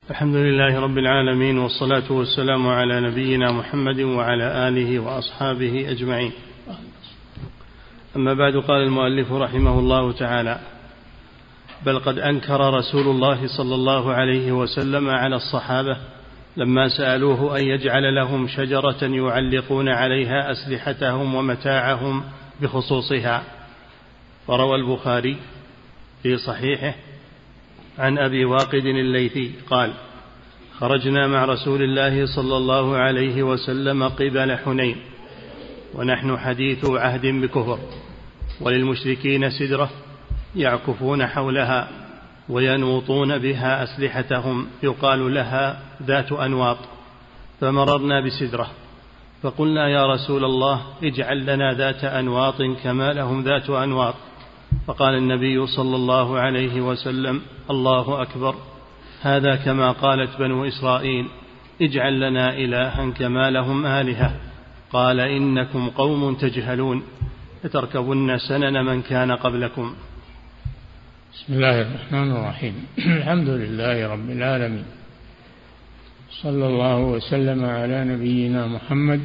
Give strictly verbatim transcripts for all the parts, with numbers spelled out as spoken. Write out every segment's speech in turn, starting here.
الحمد لله رب العالمين، والصلاة والسلام على نبينا محمد وعلى آله وأصحابه أجمعين. أما بعد، قال المؤلف رحمه الله تعالى: بل قد أنكر رسول الله صلى الله عليه وسلم على الصحابة لما سألوه أن يجعل لهم شجرة يعلقون عليها أسلحتهم ومتاعهم بخصوصها. وروى البخاري في صحيحه عن أبي واقد الليثي قال: خرجنا مع رسول الله صلى الله عليه وسلم قبل حنين ونحن حديث عهد بكفر، وللمشركين سدرة يعكفون حولها وينوطون بها أسلحتهم يقال لها ذات أنواط، فمررنا بسدرة فقلنا: يا رسول الله، اجعل لنا ذات أنواط كما لهم ذات أنواط. فقال النبي صلى الله عليه وسلم: الله أكبر، هذا كما قالت بنو إسرائيل: اجعل لنا إلها كما لهم آلهة. قال: إنكم قوم تجهلون لتركبن سنن من كان قبلكم. بسم الله الرحمن الرحيم. الحمد لله رب العالمين، صلى الله وسلم على نبينا محمد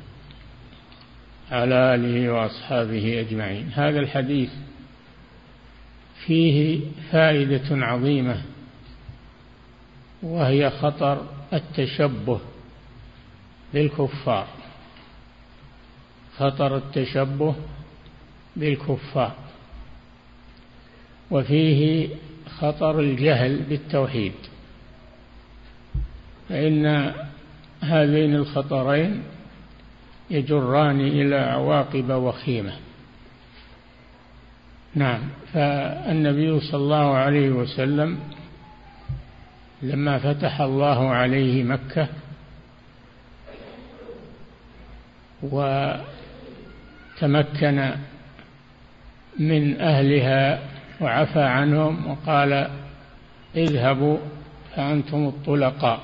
على آله وأصحابه أجمعين. هذا الحديث فيه فائدة عظيمة، وهي خطر التشبه بالكفار، خطر التشبه بالكفار، وفيه خطر الجهل بالتوحيد، فإن هذين الخطرين يجران إلى عواقب وخيمة. نعم، فالنبي صلى الله عليه وسلم لما فتح الله عليه مكة وتمكن من أهلها وعفى عنهم وقال: اذهبوا فأنتم الطلقاء،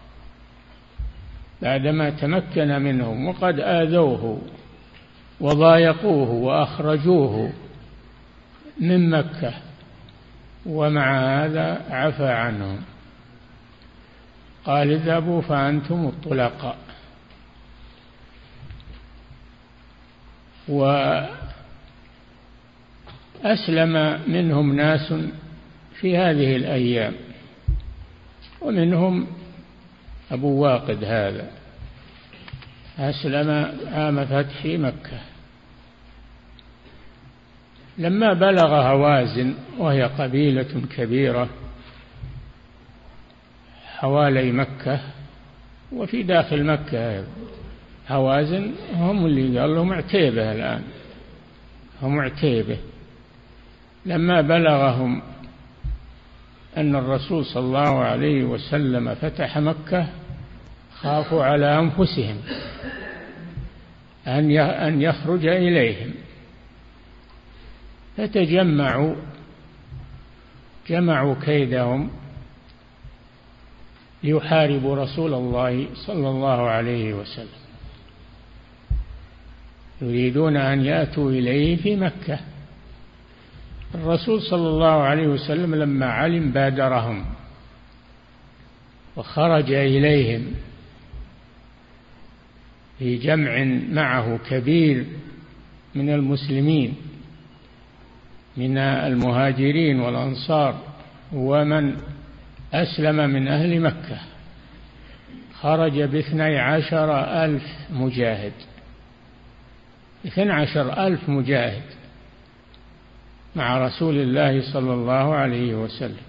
بعدما تمكن منهم وقد آذوه وضايقوه وأخرجوه من مكة، ومع هذا عفى عنهم، قال: اذهبوا فأنتم الطلقاء. وأسلم منهم ناس في هذه الأيام، ومنهم أبو واقد هذا أسلم عام فتح مكة. لما بلغ هوازن، وهي قبيلة كبيرة حوالي مكة وفي داخل مكة، هوازن هم اللي قال لهم عتيبة، الآن هم عتيبة. لما بلغهم أن الرسول صلى الله عليه وسلم فتح مكة خافوا على أنفسهم أن يخرج إليهم، فتجمعوا جمعوا كيدهم ليحاربوا رسول الله صلى الله عليه وسلم، يريدون أن يأتوا إليه في مكة. الرسول صلى الله عليه وسلم لما علم بادرهم وخرج إليهم في جمع معه كبير من المسلمين من المهاجرين والأنصار ومن أسلم من أهل مكة، خرج باثني عشر ألف مجاهد، اثني عشر ألف مجاهد مع رسول الله صلى الله عليه وسلم.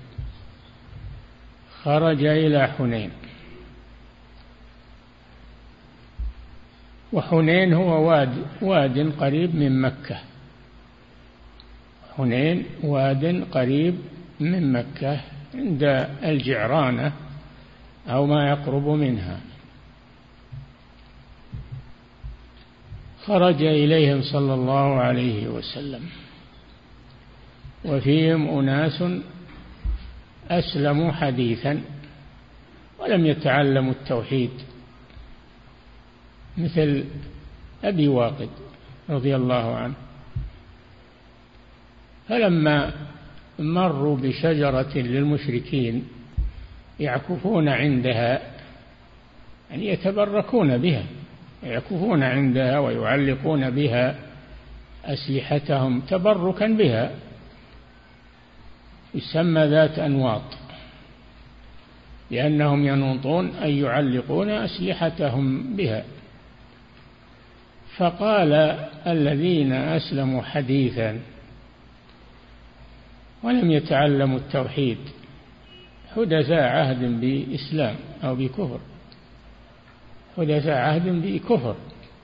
خرج إلى حنين، وحنين هو واد واد قريب من مكة، حنين واد قريب من مكة عند الجعرانة أو ما يقرب منها. خرج إليهم صلى الله عليه وسلم، وفيهم أناس أسلموا حديثا ولم يتعلموا التوحيد، مثل أبي واقد رضي الله عنه. فلما مروا بشجرة للمشركين يعكفون عندها، يعني يتبركون بها، يعكفون عندها ويعلقون بها أسلحتهم تبركا بها، يسمى ذات أنواط، لأنهم ينوطون أي يعلقون أسلحتهم بها. فقال الذين أسلموا حديثا ولم يتعلموا التوحيد حدثاء عهد بإسلام أو بكفر، حدثاء عهد بكفر،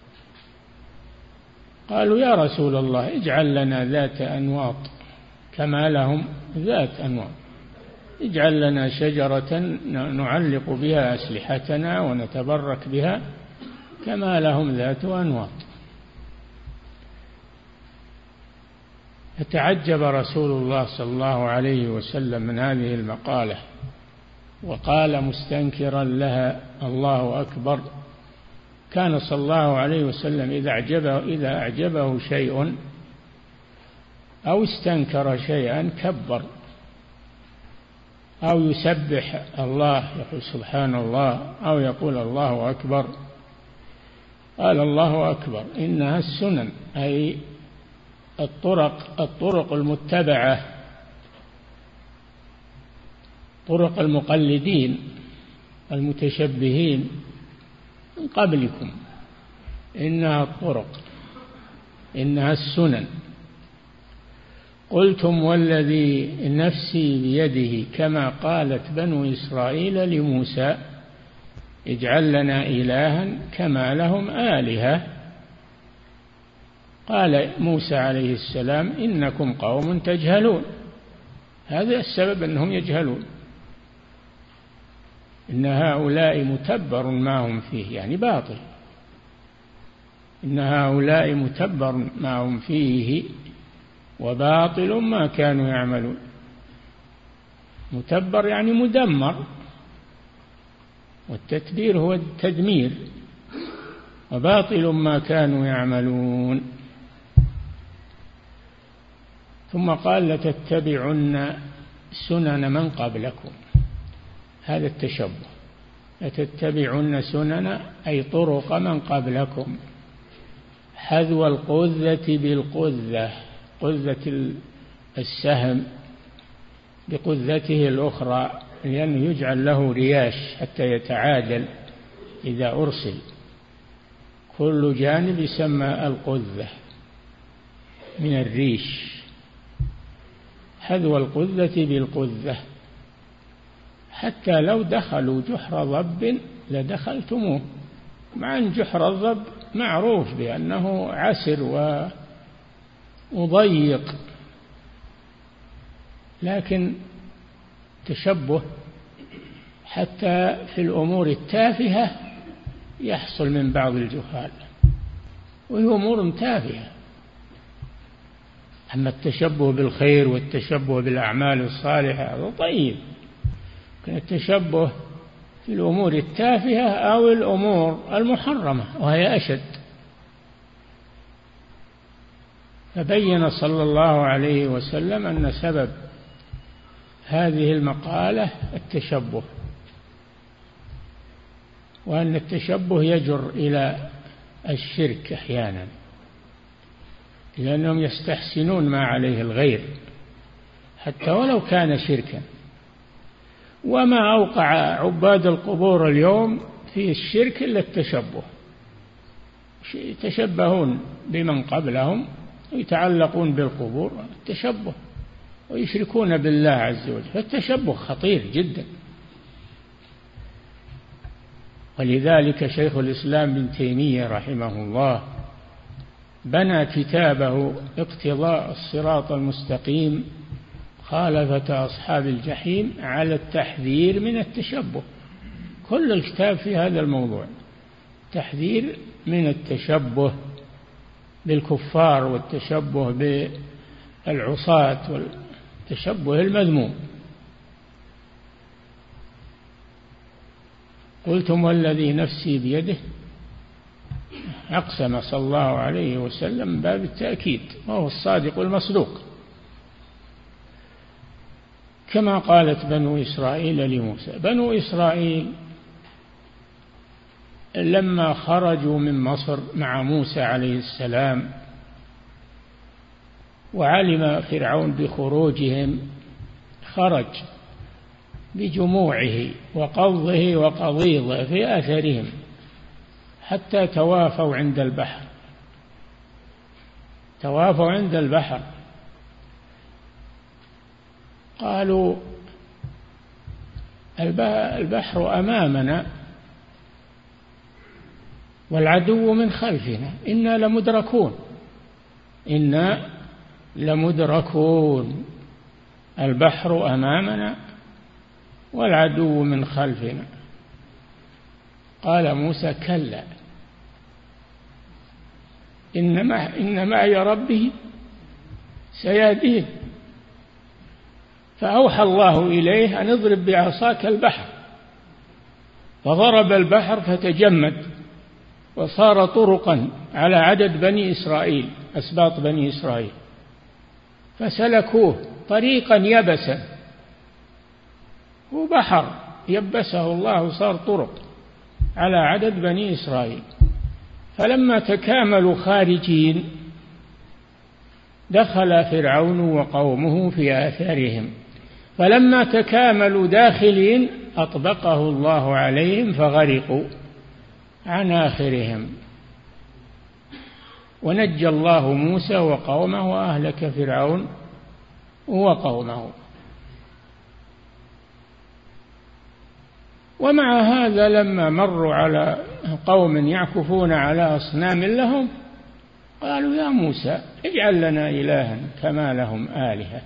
قالوا يا رسول الله اجعل لنا ذات أنواط كما لهم ذات أنواط، اجعل لنا شجرة نعلق بها أسلحتنا ونتبرك بها كما لهم ذات أنواط. فتعجب رسول الله صلى الله عليه وسلم من هذه المقالة، وقال مستنكرا لها الله أكبر. كان صلى الله عليه وسلم إذا أعجبه, إذا أعجبه شيء أو استنكر شيئا كبر أو يسبح الله، يقول سبحان الله، أو يقول الله أكبر. قال الله أكبر إنها السنن، أي الطرق الطرق المتبعة، طرق المقلدين المتشبهين من قبلكم، إنها الطرق، إنها السنن. قلتم والذي نفسي بيده كما قالت بنو إسرائيل لموسى اجعل لنا إلها كما لهم آلهة. قال موسى عليه السلام إنكم قوم تجهلون، هذا السبب أنهم يجهلون، إن هؤلاء متبر ما هم فيه، يعني باطل، إن هؤلاء متبر ما هم فيه وباطل ما كانوا يعملون. متبر يعني مدمر، والتتبير هو التدمير، وباطل ما كانوا يعملون. ثم قال لتتبعن سنن من قبلكم، هذا التشبه، لتتبعن سنن أي طرق من قبلكم، حذو القذة بالقذة، قذة السهم بقذته الأخرى، لأنه يجعل له رياش حتى يتعادل إذا أرسل، كل جانب يسمى القذة من الريش، حذو القذة بالقذة، حتى لو دخلوا جحر ضب لدخلتموه، مع أن جحر الضب معروف بأنه عسر وضيق، لكن تشبه حتى في الأمور التافهة يحصل من بعض الجهال، وهي أمور تافهة. أما التشبه بالخير والتشبه بالأعمال الصالحة هذا طيب، لكن التشبه في الأمور التافهة أو الأمور المحرمة وهي أشد. فبين صلى الله عليه وسلم أن سبب هذه المقالة التشبه، وأن التشبه يجر إلى الشرك أحيانا، لأنهم يستحسنون ما عليه الغير حتى ولو كان شركا. وما أوقع عباد القبور اليوم في الشرك إلا التشبه، يتشبهون بمن قبلهم ويتعلقون بالقبور، التشبه، ويشركون بالله عز وجل، فالتشبه خطير جدا. ولذلك شيخ الإسلام ابن تيمية رحمه الله بنى كتابه اقتضاء الصراط المستقيم خالفة أصحاب الجحيم على التحذير من التشبه، كل الكتاب في هذا الموضوع، تحذير من التشبه بالكفار والتشبه بالعصاة والتشبه المذموم. قلتم والذي نفسي بيده، أقسم صلى الله عليه وسلم باب التأكيد، وهو الصادق المصدوق. كما قالت بنو إسرائيل لموسى. بنو إسرائيل لما خرجوا من مصر مع موسى عليه السلام وعلم فرعون بخروجهم خرج بجموعه وقضه وقضيضه في آثارهم حتى توافوا عند البحر توافوا عند البحر قالوا البحر أمامنا والعدو من خلفنا إنا لمدركون إنا لمدركون البحر أمامنا والعدو من خلفنا. قال موسى كلا إنما إن معي ربي سيهدين. فأوحى الله إليه أن اضرب بعصاك البحر فضرب البحر فتجمد وصار طرقا على عدد بني إسرائيل أسباط بني إسرائيل فسلكوه طريقا يبسا وبحر يبسه الله صار طرق على عدد بني إسرائيل. فلما تكاملوا خارجين دخل فرعون وقومه في آثارهم فلما تكاملوا داخلين أطبقه الله عليهم فغرقوا عن آخرهم ونجى الله موسى وقومه وأهلك فرعون وقومه. ومع هذا لما مروا على قوم يعكفون على أصنام لهم قالوا يا موسى اجعل لنا إلها كما لهم آلهة.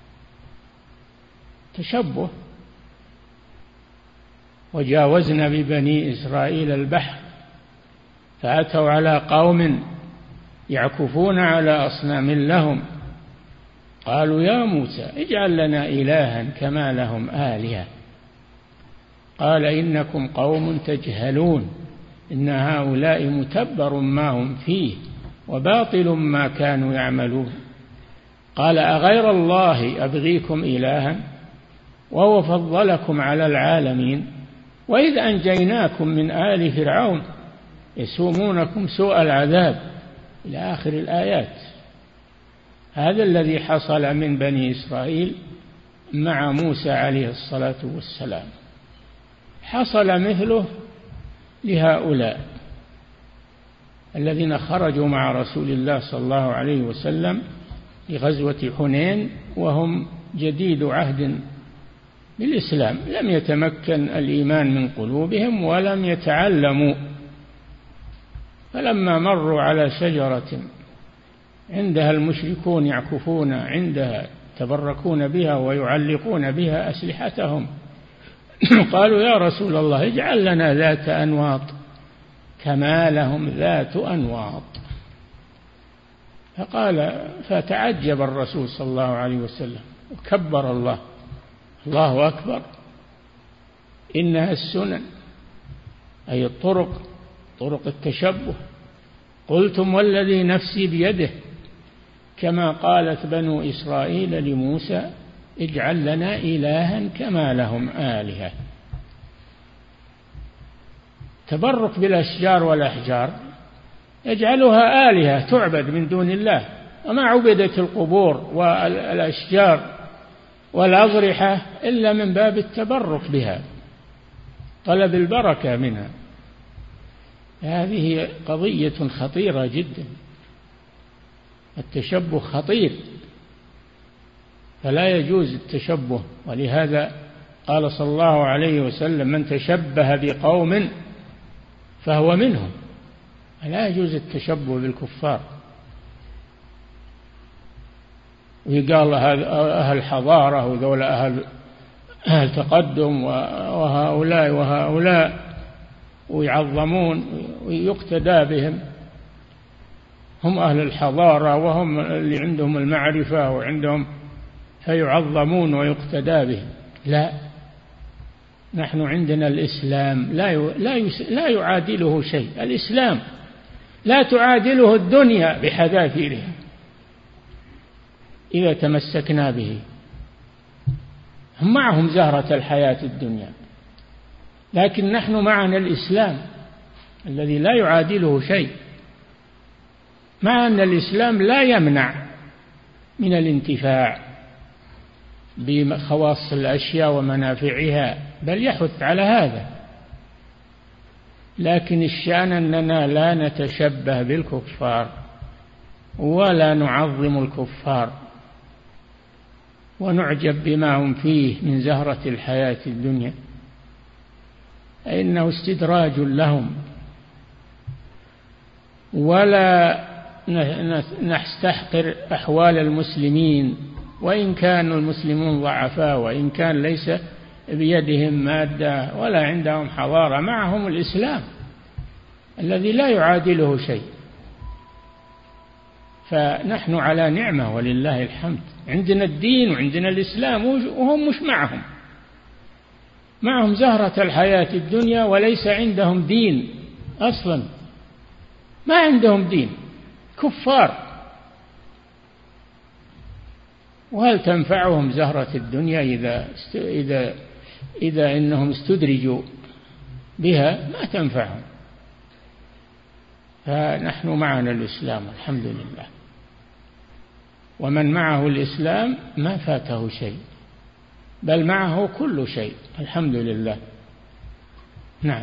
تشبه. وجاوزنا ببني إسرائيل البحر فأتوا على قوم يعكفون على أصنام لهم قالوا يا موسى اجعل لنا إلها كما لهم آلهة. قال إنكم قوم تجهلون إن هؤلاء متبر ما هم فيه وباطل ما كانوا يعملون. قال أغير الله أبغيكم إلها وهو فضلكم على العالمين وإذ أنجيناكم من آل فرعون يسومونكم سوء العذاب إلى آخر الآيات. هذا الذي حصل من بني إسرائيل مع موسى عليه الصلاة والسلام. حصل مثله لهؤلاء الذين خرجوا مع رسول الله صلى الله عليه وسلم لغزوة حنين وهم جديد عهد بالإسلام لم يتمكن الإيمان من قلوبهم ولم يتعلموا. فلما مروا على شجرة عندها المشركون يعكفون عندها تبركون بها ويعلقون بها أسلحتهم قالوا يا رسول الله اجعل لنا ذات أنواط كما لهم ذات أنواط. فقال فتعجب الرسول صلى الله عليه وسلم وكبر الله الله أكبر إنها السنن أي الطرق طرق التشبه. قلتم والذي نفسي بيده كما قالت بنو إسرائيل لموسى اجعل لنا إلها كما لهم آلهة. تبرك بالأشجار والأحجار يجعلها آلهة تعبد من دون الله وما عبدت القبور والأشجار والأضرحة إلا من باب التبرك بها طلب البركة منها. هذه قضية خطيرة جدا. التشبه خطير فلا يجوز التشبه. ولهذا قال صلى الله عليه وسلم من تشبه بقوم فهو منهم. لا يجوز التشبه بالكفار. ويقال أهل حضارة وذول أهل, أهل تقدم وهؤلاء وهؤلاء ويعظمون ويقتدى بهم. هم أهل الحضارة وهم اللي عندهم المعرفة وعندهم فيعظمون ويقتدى بهم. لا، نحن عندنا الإسلام لا لا لا يعادله شيء. الإسلام لا تعادله الدنيا بحذافيرها إذا تمسكنا به. هم معهم زهرة الحياة الدنيا، لكن نحن معنا الإسلام الذي لا يعادله شيء، مع أن الإسلام لا يمنع من الانتفاع بخواص الأشياء ومنافعها، بل يحث على هذا، لكن الشأن أننا لا نتشبه بالكفار ولا نعظم الكفار ونعجب بما هم فيه من زهرة الحياة الدنيا، إنه استدراج لهم، ولا نستحقر أحوال المسلمين وإن كانوا المسلمون ضعفاء، وإن كان ليس بيدهم مادة ولا عندهم حضارة، معهم الإسلام الذي لا يعادله شيء. فنحن على نعمة ولله الحمد، عندنا الدين وعندنا الإسلام، وهم مش معهم، معهم زهرة الحياة الدنيا وليس عندهم دين أصلا، ما عندهم دين، كفار. وهل تنفعهم زهرة الدنيا إذا إذا إذا إنهم استدرجوا بها؟ ما تنفعهم. فنحن معنا الإسلام الحمد لله، ومن معه الإسلام ما فاته شيء، بل معه كل شيء الحمد لله. نعم.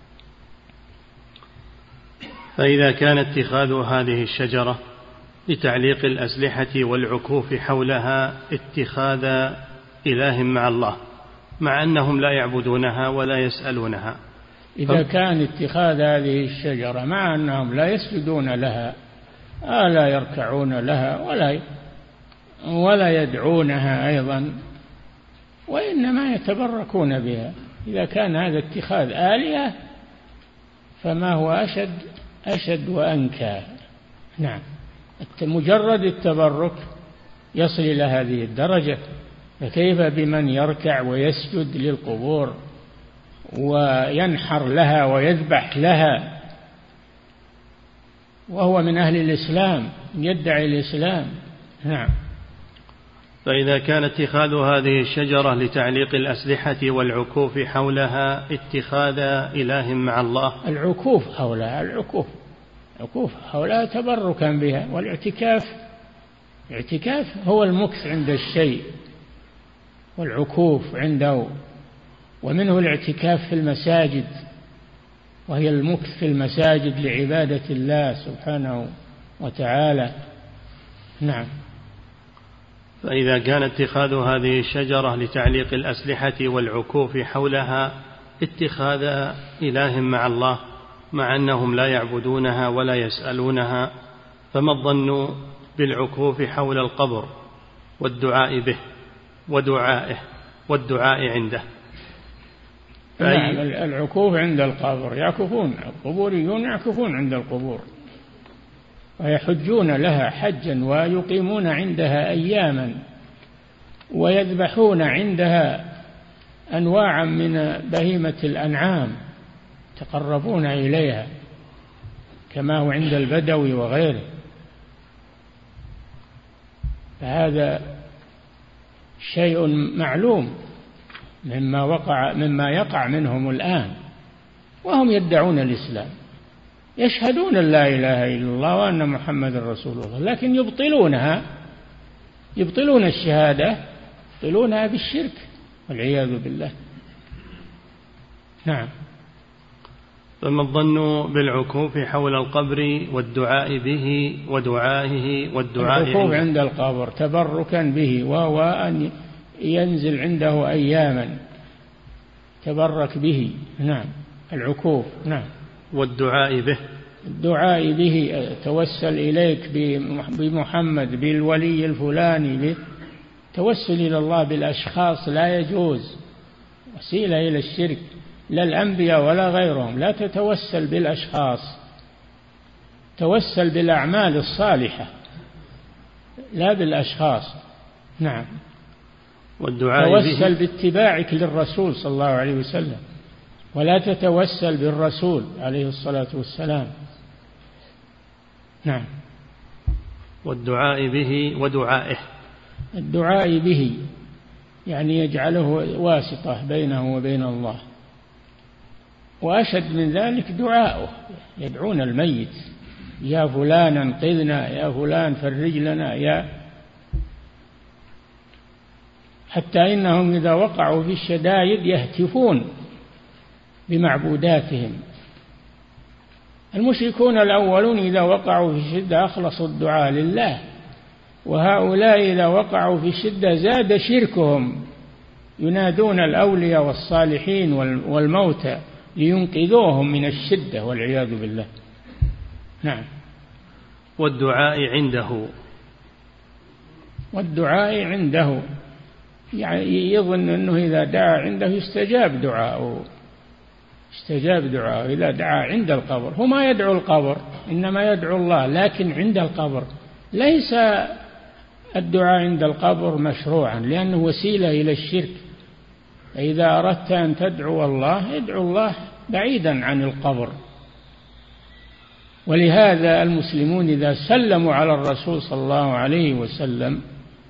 فإذا كان اتخاذ هذه الشجرة لتعليق الأسلحة والعكوف حولها اتخاذ إله مع الله، مع أنهم لا يعبدونها ولا يسألونها، إذا كان اتخاذ هذه الشجرة مع أنهم لا يسجدون لها، آه لا يركعون لها ولا ولا يدعونها أيضا، وإنما يتبركون بها، إذا كان هذا اتخاذ آلهة فما هو أشد أشد وأنكى. نعم. مجرد التبرك يصل إلى هذه الدرجة، فكيف بمن يركع ويسجد للقبور وينحر لها ويذبح لها وهو من أهل الإسلام يدعي الإسلام؟ نعم. فإذا كان اتخاذ هذه الشجرة لتعليق الأسلحة والعكوف حولها اتخاذ إله مع الله، العكوف حولها، العكوف عكوف حولها تبركا بها، والاعتكاف الاعتكاف هو المكث عند الشيء، والعكوف عنده، ومنه الاعتكاف في المساجد، وهي المكث في المساجد لعبادة الله سبحانه وتعالى. نعم. فإذا كان اتخاذ هذه الشجرة لتعليق الأسلحة والعكوف حولها اتخاذ إله مع الله، مع أنهم لا يعبدونها ولا يسألونها، فما الظن بالعكوف حول القبر والدعاء به ودعائه والدعاء عنده؟ نعم، العكوف عند القبر، يعكفون القبوريون، يعكفون عند القبور ويحجون لها حجا ويقيمون عندها أياما ويذبحون عندها أنواعا من بهيمة الأنعام تقربون إليها، كما هو عند البدوي وغيره. فهذا شيء معلوم مما وقع مما يقع منهم الآن، وهم يدعون الإسلام، يشهدون أن لا إله إلا الله وأن محمد رسول الله، لكن يبطلونها، يبطلون الشهادة، يبطلونها بالشرك والعياذ بالله. نعم. فما الظن بالعكوف حول القبر والدعاء به ودعائه والدعاء العكوف عند القبر تبركا به، وهو أن ينزل عنده أياما تبرك به. نعم. العكوف. نعم. والدعاء به، الدعاء به توسل إليك بمحمد، بالولي الفلاني، توسل إلى الله بالأشخاص لا يجوز، وسيلة إلى الشرك، لا الأنبياء ولا غيرهم، لا تتوسل بالأشخاص، توسل بالأعمال الصالحة لا بالأشخاص. نعم. والدعاء توسل باتباعك للرسول صلى الله عليه وسلم، ولا تتوسل بالرسول عليه الصلاة والسلام. نعم. والدعاء به ودعائه، الدعاء به يعني يجعله واسطة بينه وبين الله. وأشد من ذلك دعاؤه، يدعون الميت: يا فلان انقذنا، يا فلان فرج لنا، يا حتى إنهم إذا وقعوا في الشدائد يهتفون بمعبوداتهم. المشركون الأولون إذا وقعوا في شدة أخلصوا الدعاء لله، وهؤلاء إذا وقعوا في شدة زاد شركهم، ينادون الأولياء والصالحين والموتى لينقذوهم من الشدة والعياذ بالله. نعم. والدعاء عنده والدعاء عنده يعني يظن أنه إذا دعا عنده يستجاب دعاءه، استجاب دعاءه إذا دعا عند القبر. هو ما يدعو القبر، إنما يدعو الله، لكن عند القبر ليس الدعاء عند القبر مشروعا، لأنه وسيلة إلى الشرك. إذا أردت أن تدعو الله ادعو الله بعيدا عن القبر. ولهذا المسلمون إذا سلموا على الرسول صلى الله عليه وسلم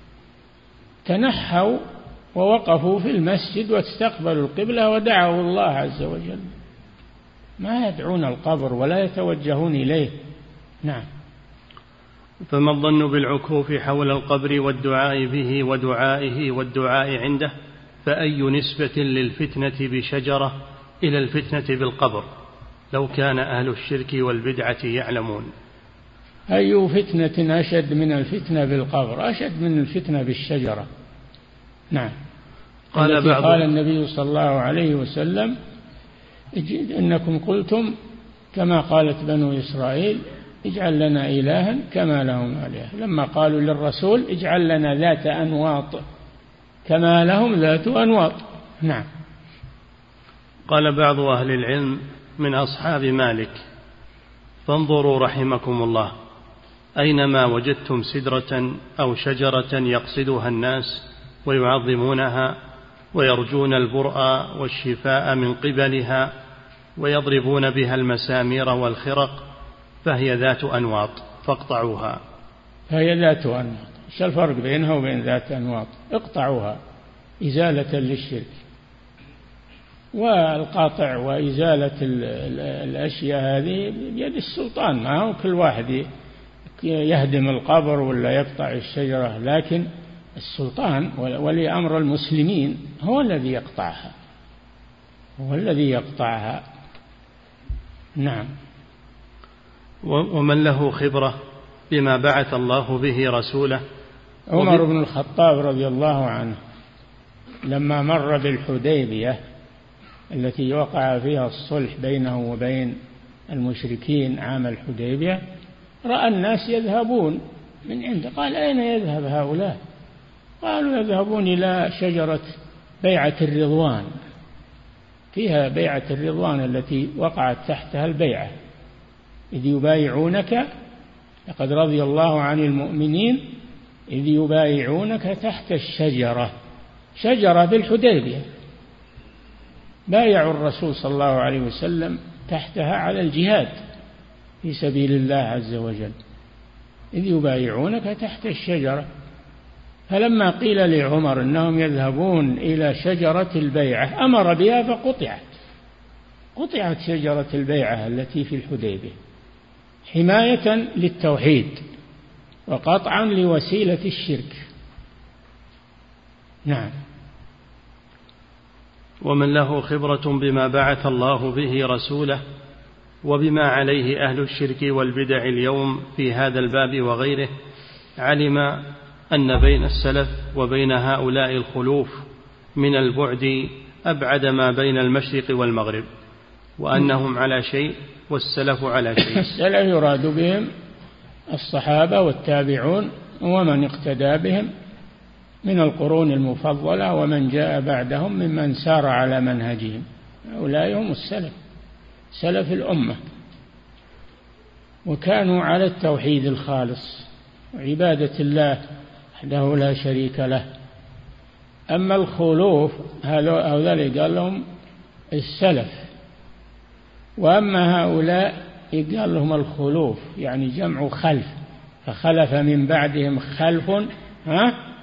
تنحوا ووقفوا في المسجد واستقبلوا القبلة ودعوا الله عز وجل، ما يدعون القبر ولا يتوجهون إليه. نعم. فما الظن بالعكوف حول القبر والدعاء به ودعائه والدعاء عنده؟ فأي نسبة للفتنة بشجرة إلى الفتنة بالقبر لو كان أهل الشرك والبدعة يعلمون؟ أي فتنة أشد من الفتنة بالقبر؟ أشد من الفتنة بالشجرة. نعم. قال بعض قال النبي صلى الله عليه وسلم: إنكم قلتم كما قالت بنو إسرائيل اجعل لنا إلها كما لهم آلهة، لما قالوا للرسول اجعل لنا ذات أنواط كما لهم ذات أنواط. نعم. قال بعض أهل العلم من أصحاب مالك: فانظروا رحمكم الله أينما وجدتم سدرة أو شجرة يقصدها الناس ويعظمونها ويرجون البرء والشفاء من قبلها ويضربون بها المسامير والخرق فهي ذات أنواط فاقطعوها. فهي ذات أنواط، ايش الفرق بينها وبين ذات أنواط؟ اقطعوها إزالة للشرك. والقاطع وإزالة الأشياء هذه بيد السلطان، ما هو كل واحد يهدم القبر ولا يقطع الشجرة، لكن السلطان ولي أمر المسلمين هو الذي يقطعها، هو الذي يقطعها. نعم. ومن له خبرة بما بعث الله به رسوله؟ عمر بن الخطاب رضي الله عنه لما مر بالحديبية التي وقع فيها الصلح بينه وبين المشركين عام الحديبية، رأى الناس يذهبون من عنده، قال: أين يذهب هؤلاء؟ قالوا: يذهبون إلى شجرة بيعة الرضوان، فيها بيعة الرضوان التي وقعت تحتها البيعة، إذ يبايعونك لقد رضي الله عن المؤمنين إذ يبايعونك تحت الشجرة، شجرة بالحديبية، بايعوا الرسول صلى الله عليه وسلم تحتها على الجهاد في سبيل الله عز وجل، إذ يبايعونك تحت الشجرة. فلما قيل لعمر إنهم يذهبون إلى شجرة البيعة أمر بها فقطعت، قطعت شجرة البيعة التي في الحديبية حماية للتوحيد وقطعا لوسيلة الشرك. نعم. ومن له خبرة بما بعث الله به رسوله وبما عليه أهل الشرك والبدع اليوم في هذا الباب وغيره علم أن بين السلف وبين هؤلاء الخلوف من البعد أبعد ما بين المشرق والمغرب، وأنهم على شيء والسلف على شيء. السلف يراد بهم الصحابة والتابعون ومن اقتدى بهم من القرون المفضلة ومن جاء بعدهم ممن سار على منهجهم، هؤلاء هم السلف، سلف الأمة، وكانوا على التوحيد الخالص وعبادة الله وحده لا شريك له. أما الخلوف هؤلاء قال لهم السلف، وأما هؤلاء قال لهم الخلوف، يعني جمع خلف، فخلف من بعدهم خلف ها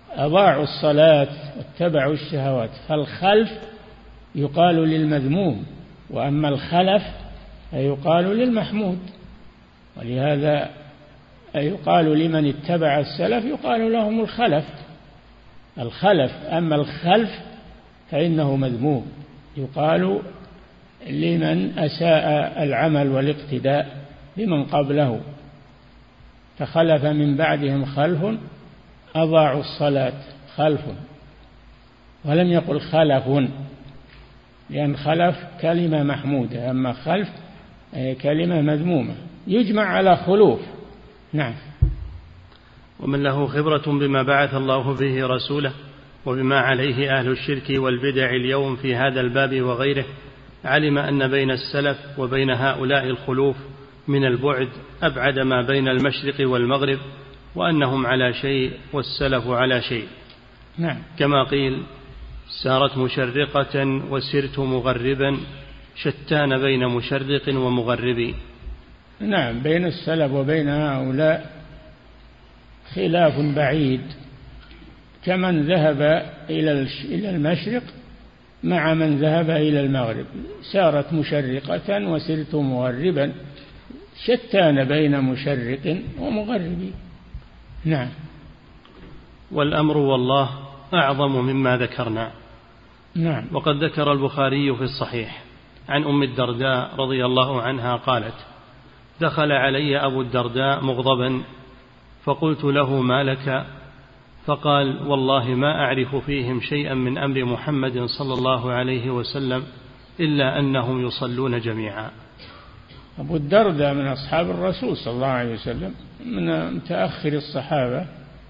أضاعوا الصلاة واتبعوا الشهوات. فالخلف يقال للمذموم، وأما الخلف فيقال للمحمود. ولهذا يقال لمن اتبع السلف يقال لهم الخلف الخلف أما الخلف فإنه مذموم، يقال لمن أساء العمل والاقتداء بمن قبله. فخلف من بعدهم خلف أضاعوا الصلاة، خلف، ولم يقل خلف، لأن خلف كلمة محمودة، أما خلف كلمة مذمومة يجمع على خلوف. نعم. ومن له خبرة بما بعث الله به رسوله وبما عليه أهل الشرك والبدع اليوم في هذا الباب وغيره علم أن بين السلف وبين هؤلاء الخلوف من البعد أبعد ما بين المشرق والمغرب، وأنهم على شيء والسلف على شيء. نعم. كما قيل: سارت مشرقة وسرت مغربا، شتان بين مشرق ومغرب. نعم، بين السلف وبين هؤلاء خلاف بعيد، كمن ذهب إلى المشرق مع من ذهب إلى المغرب. سارت مشرقة وسرت مغربا، شتان بين مشرق ومغرب. نعم. والأمر والله أعظم مما ذكرنا. نعم. وقد ذكر البخاري في الصحيح عن أم الدرداء رضي الله عنها قالت: دخل علي أبو الدرداء مغضبا فقلت له: ما لك؟ فقال: والله ما أعرف فيهم شيئا من أمر محمد صلى الله عليه وسلم إلا أنهم يصلون جميعا. أبو الدرداء من أصحاب الرسول صلى الله عليه وسلم، من متأخر الصحابة.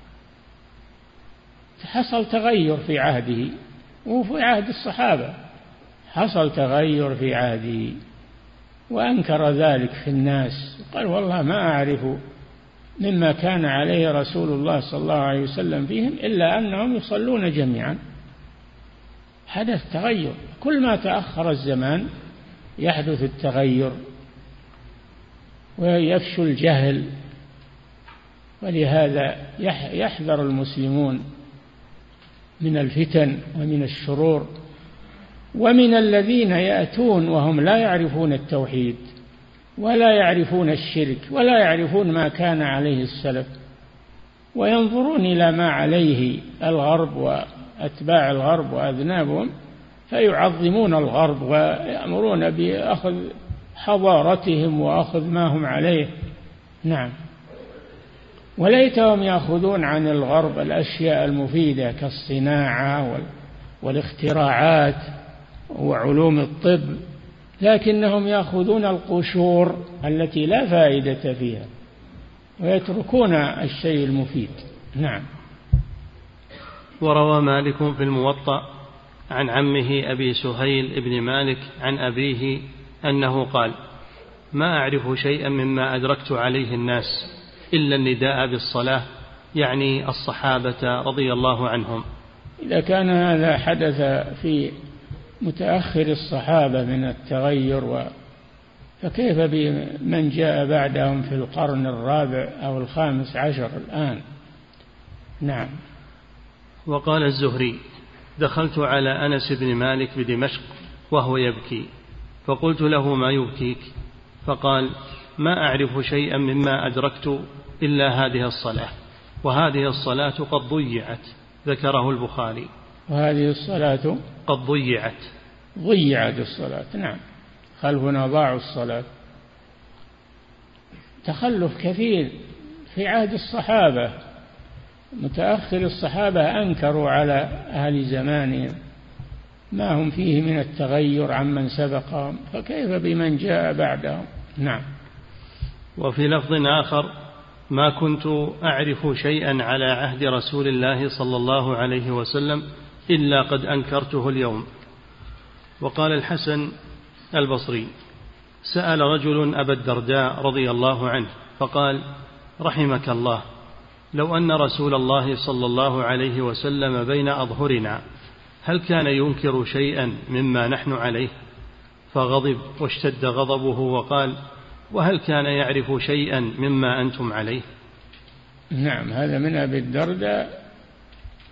حصل تغير في عهده وفي عهد الصحابة، حصل تغير في عهده وأنكر ذلك في الناس، قال: والله ما أعرف مما كان عليه رسول الله صلى الله عليه وسلم فيهم إلا أنهم يصلون جميعا. حدث تغير، كل ما تأخر الزمان يحدث التغير ويفشو الجهل. ولهذا يحذر المسلمون من الفتن ومن الشرور ومن الذين يأتون وهم لا يعرفون التوحيد ولا يعرفون الشرك ولا يعرفون ما كان عليه السلف، وينظرون إلى ما عليه الغرب وأتباع الغرب وأذنابهم، فيعظمون الغرب ويأمرون بأخذ حضارتهم وأخذ ما هم عليه. نعم. وليتهم يأخذون عن الغرب الأشياء المفيدة كالصناعة والاختراعات وعلوم الطب، لكنهم يأخذون القشور التي لا فائدة فيها ويتركون الشيء المفيد. نعم. وروى مالك في الموطأ عن عمه أبي سهيل ابن مالك عن أبيه أنه قال: ما أعرف شيئا مما أدركت عليه الناس إلا النداء بالصلاة، يعني الصحابة رضي الله عنهم. إذا كان هذا حدث في متأخر الصحابة من التغير، و فكيف بمن جاء بعدهم في القرن الرابع أو الخامس عشر الآن؟ نعم. وقال الزهري: دخلت على أنس بن مالك بدمشق وهو يبكي، فقلت له: ما يبكيك؟ فقال: ما أعرف شيئا مما أدركت إلا هذه الصلاة، وهذه الصلاة قد ضيعت. ذكره البخاري. وهذه الصلاة قد ضيعت. ضيعت الصلاة. نعم. خلفنا ضاعوا الصلاة. تخلف كثير في عهد الصحابة، متأخر الصحابة أنكروا على أهل زمانهم ما هم فيه من التغير عمن سبقهم، فكيف بمن جاء بعدهم؟ نعم. وفي لفظ آخر: ما كنت أعرف شيئا على عهد رسول الله صلى الله عليه وسلم إلا قد أنكرته اليوم. وقال الحسن البصري: سأل رجل أبا الدرداء رضي الله عنه فقال: رحمك الله، لو أن رسول الله صلى الله عليه وسلم بين أظهرنا هل كان ينكر شيئا مما نحن عليه؟ فغضب واشتد غضبه وقال: وهل كان يعرف شيئا مما أنتم عليه؟ نعم. هذا من أبي الدرداء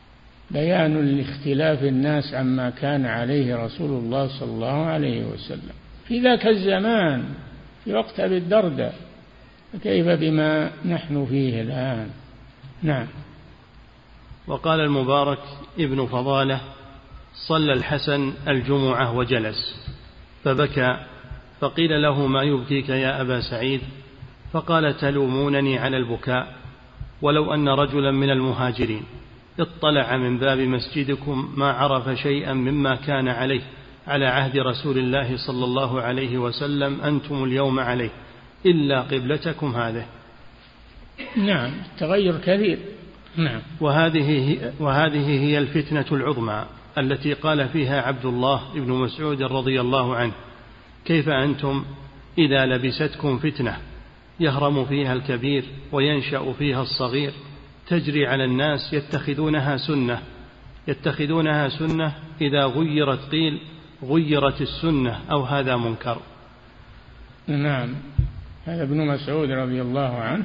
بيان لاختلاف الناس عما كان عليه رسول الله صلى الله عليه وسلم في ذاك الزمان في وقت أبي الدرداء، فكيف بما نحن فيه الآن. نعم. وقال المبارك ابن فضالة: صلى الحسن الجمعة وجلس فبكى، فقيل له: ما يبكيك يا أبا سعيد؟ فقال: تلومونني على البكاء، ولو أن رجلا من المهاجرين اطلع من باب مسجدكم ما عرف شيئا مما كان عليه على عهد رسول الله صلى الله عليه وسلم أنتم اليوم عليه إلا قبلتكم هذه. نعم، تغير كثير. نعم. وهذه, وهذه هي الفتنة العظمى التي قال فيها عبد الله بن مسعود رضي الله عنه: كيف أنتم إذا لبستكم فتنة يهرم فيها الكبير وينشأ فيها الصغير تجري على الناس يتخذونها سنة يتخذونها سنة إذا غيرت قيل غيرت السنة أو هذا منكر. نعم، هذا ابن مسعود رضي الله عنه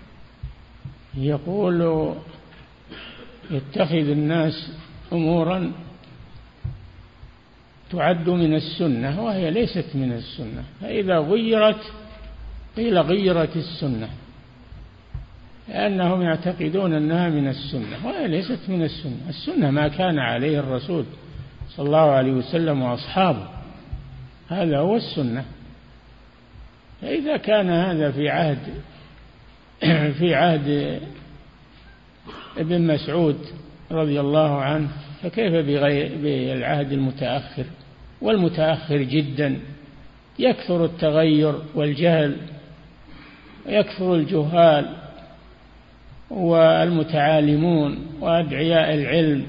يقول: يتخذ الناس أمورا تعد من السنة وهي ليست من السنة، فإذا غيرت قيل غيرت السنة، لأنهم يعتقدون أنها من السنة وهي ليست من السنة. السنة ما كان عليه الرسول صلى الله عليه وسلم وأصحابه، هذا هو السنة. فإذا كان هذا في عهد في عهد ابن مسعود رضي الله عنه، فكيف بغير بالعهد المتأخر؟ والمتأخر جدا يكثر التغير والجهل، ويكثر الجهال والمتعالمون وأدعياء العلم،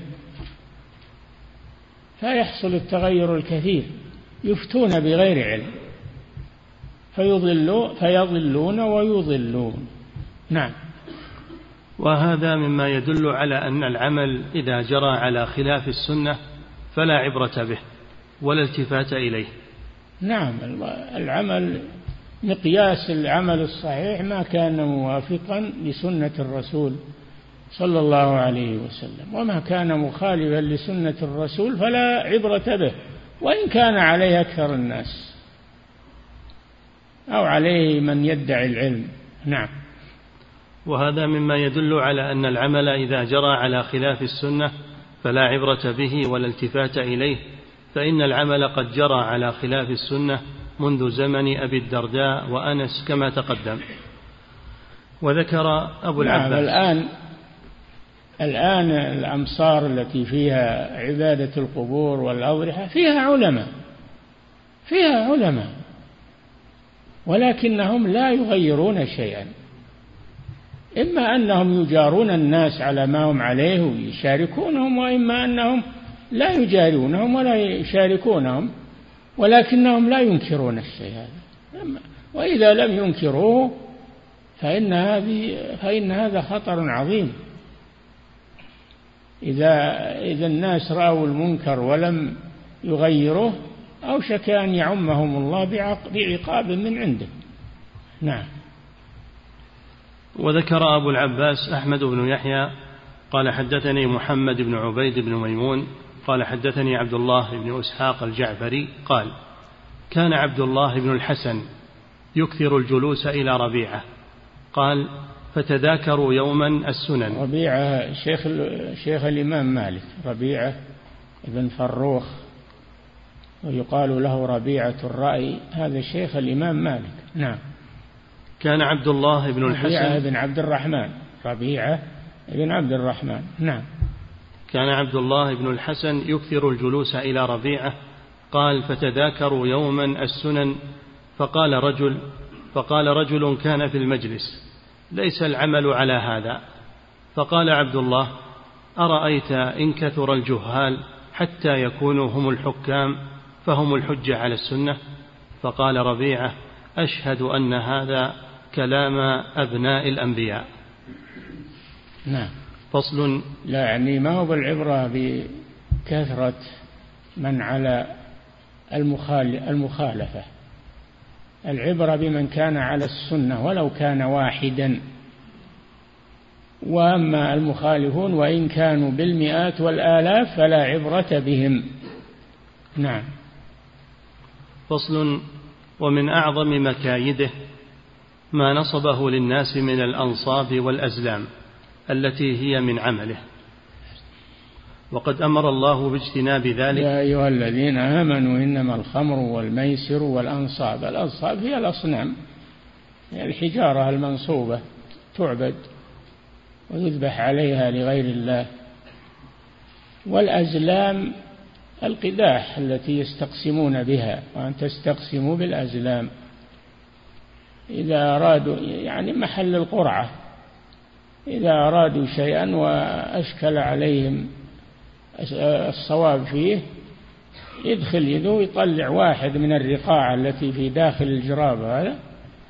فيحصل التغير الكثير، يفتون بغير علم فيضلون فيضلون ويضلون. نعم. وهذا مما يدل على أن العمل إذا جرى على خلاف السنة فلا عبرة به ولا التفات إليه. نعم، العمل مقياس العمل الصحيح ما كان موافقا لسنة الرسول صلى الله عليه وسلم، وما كان مخالفا لسنة الرسول فلا عبرة به، وإن كان عليه أكثر الناس أو عليه من يدعي العلم. نعم. وهذا مما يدل على أن العمل إذا جرى على خلاف السنة فلا عبرة به ولا التفات إليه، فإن العمل قد جرى على خلاف السنة منذ زمن أبي الدرداء وأنس كما تقدم. وذكر أبو العباس: نعم، الآن الآن الأمصار التي فيها عبادة القبور والأضرحة فيها علماء فيها علماء ولكنهم لا يغيرون شيئا، إما أنهم يجارون الناس على ما هم عليه ويشاركونهم، وإما أنهم لا يجارونهم ولا يشاركونهم ولكنهم لا ينكرون الشيء هذا. وإذا لم ينكروه فإن هذه فإن هذا خطر عظيم. إذا إذا الناس رأوا المنكر ولم يغيروه أوشك أن يعمهم الله بعقاب من عنده. نعم. وذكر أبو العباس أحمد بن يحيى قال: حدثني محمد بن عبيد بن ميمون قال: حدثني عبد الله بن إسحاق الجعفري قال: كان عبد الله بن الحسن يكثر الجلوس إلى ربيعة. قال: فتذاكروا يوما السنن. ربيعة شيخ, شيخ الإمام مالك، ربيعة بن فروخ، ويقال له ربيعة الرأي، هذا شيخ الإمام مالك. نعم. كان عبد الله بن الحسن ربيعة بن عبد الرحمن ربيعة بن عبد الرحمن. نعم. كان عبد الله بن الحسن يكثر الجلوس إلى ربيعة. قال: فتذاكروا يوما السنن. فقال رجل فقال رجل كان في المجلس: ليس العمل على هذا. فقال عبد الله: أرأيت إن كثر الجهال حتى يكونوا هم الحكام فهم الحجة على السنة؟ فقال ربيعة: أشهد أن هذا كلام أبناء الأنبياء. نعم. فصل. لا، يعني ما هو بالعبرة بكثرة من على المخالفة، العبرة بمن كان على السنة ولو كان واحدا. وأما المخالفون وإن كانوا بالمئات والآلاف فلا عبرة بهم. نعم. فصل. ومن أعظم مكايده ما نصبه للناس من الأنصاب والأزلام التي هي من عمله، وقد أمر الله باجتناب ذلك. يا أيها الذين آمنوا إنما الخمر والميسر والأنصاب. الأنصاب هي الأصنام، هي الحجارة المنصوبة تعبد ويذبح عليها لغير الله. والأزلام القداح التي يستقسمون بها، وأن تستقسموا بالأزلام إذا أرادوا، يعني محل القرعة، إذا أرادوا شيئا وأشكل عليهم الصواب فيه يدخل يده ويطلع واحد من الرقاع التي في داخل الجراب هذا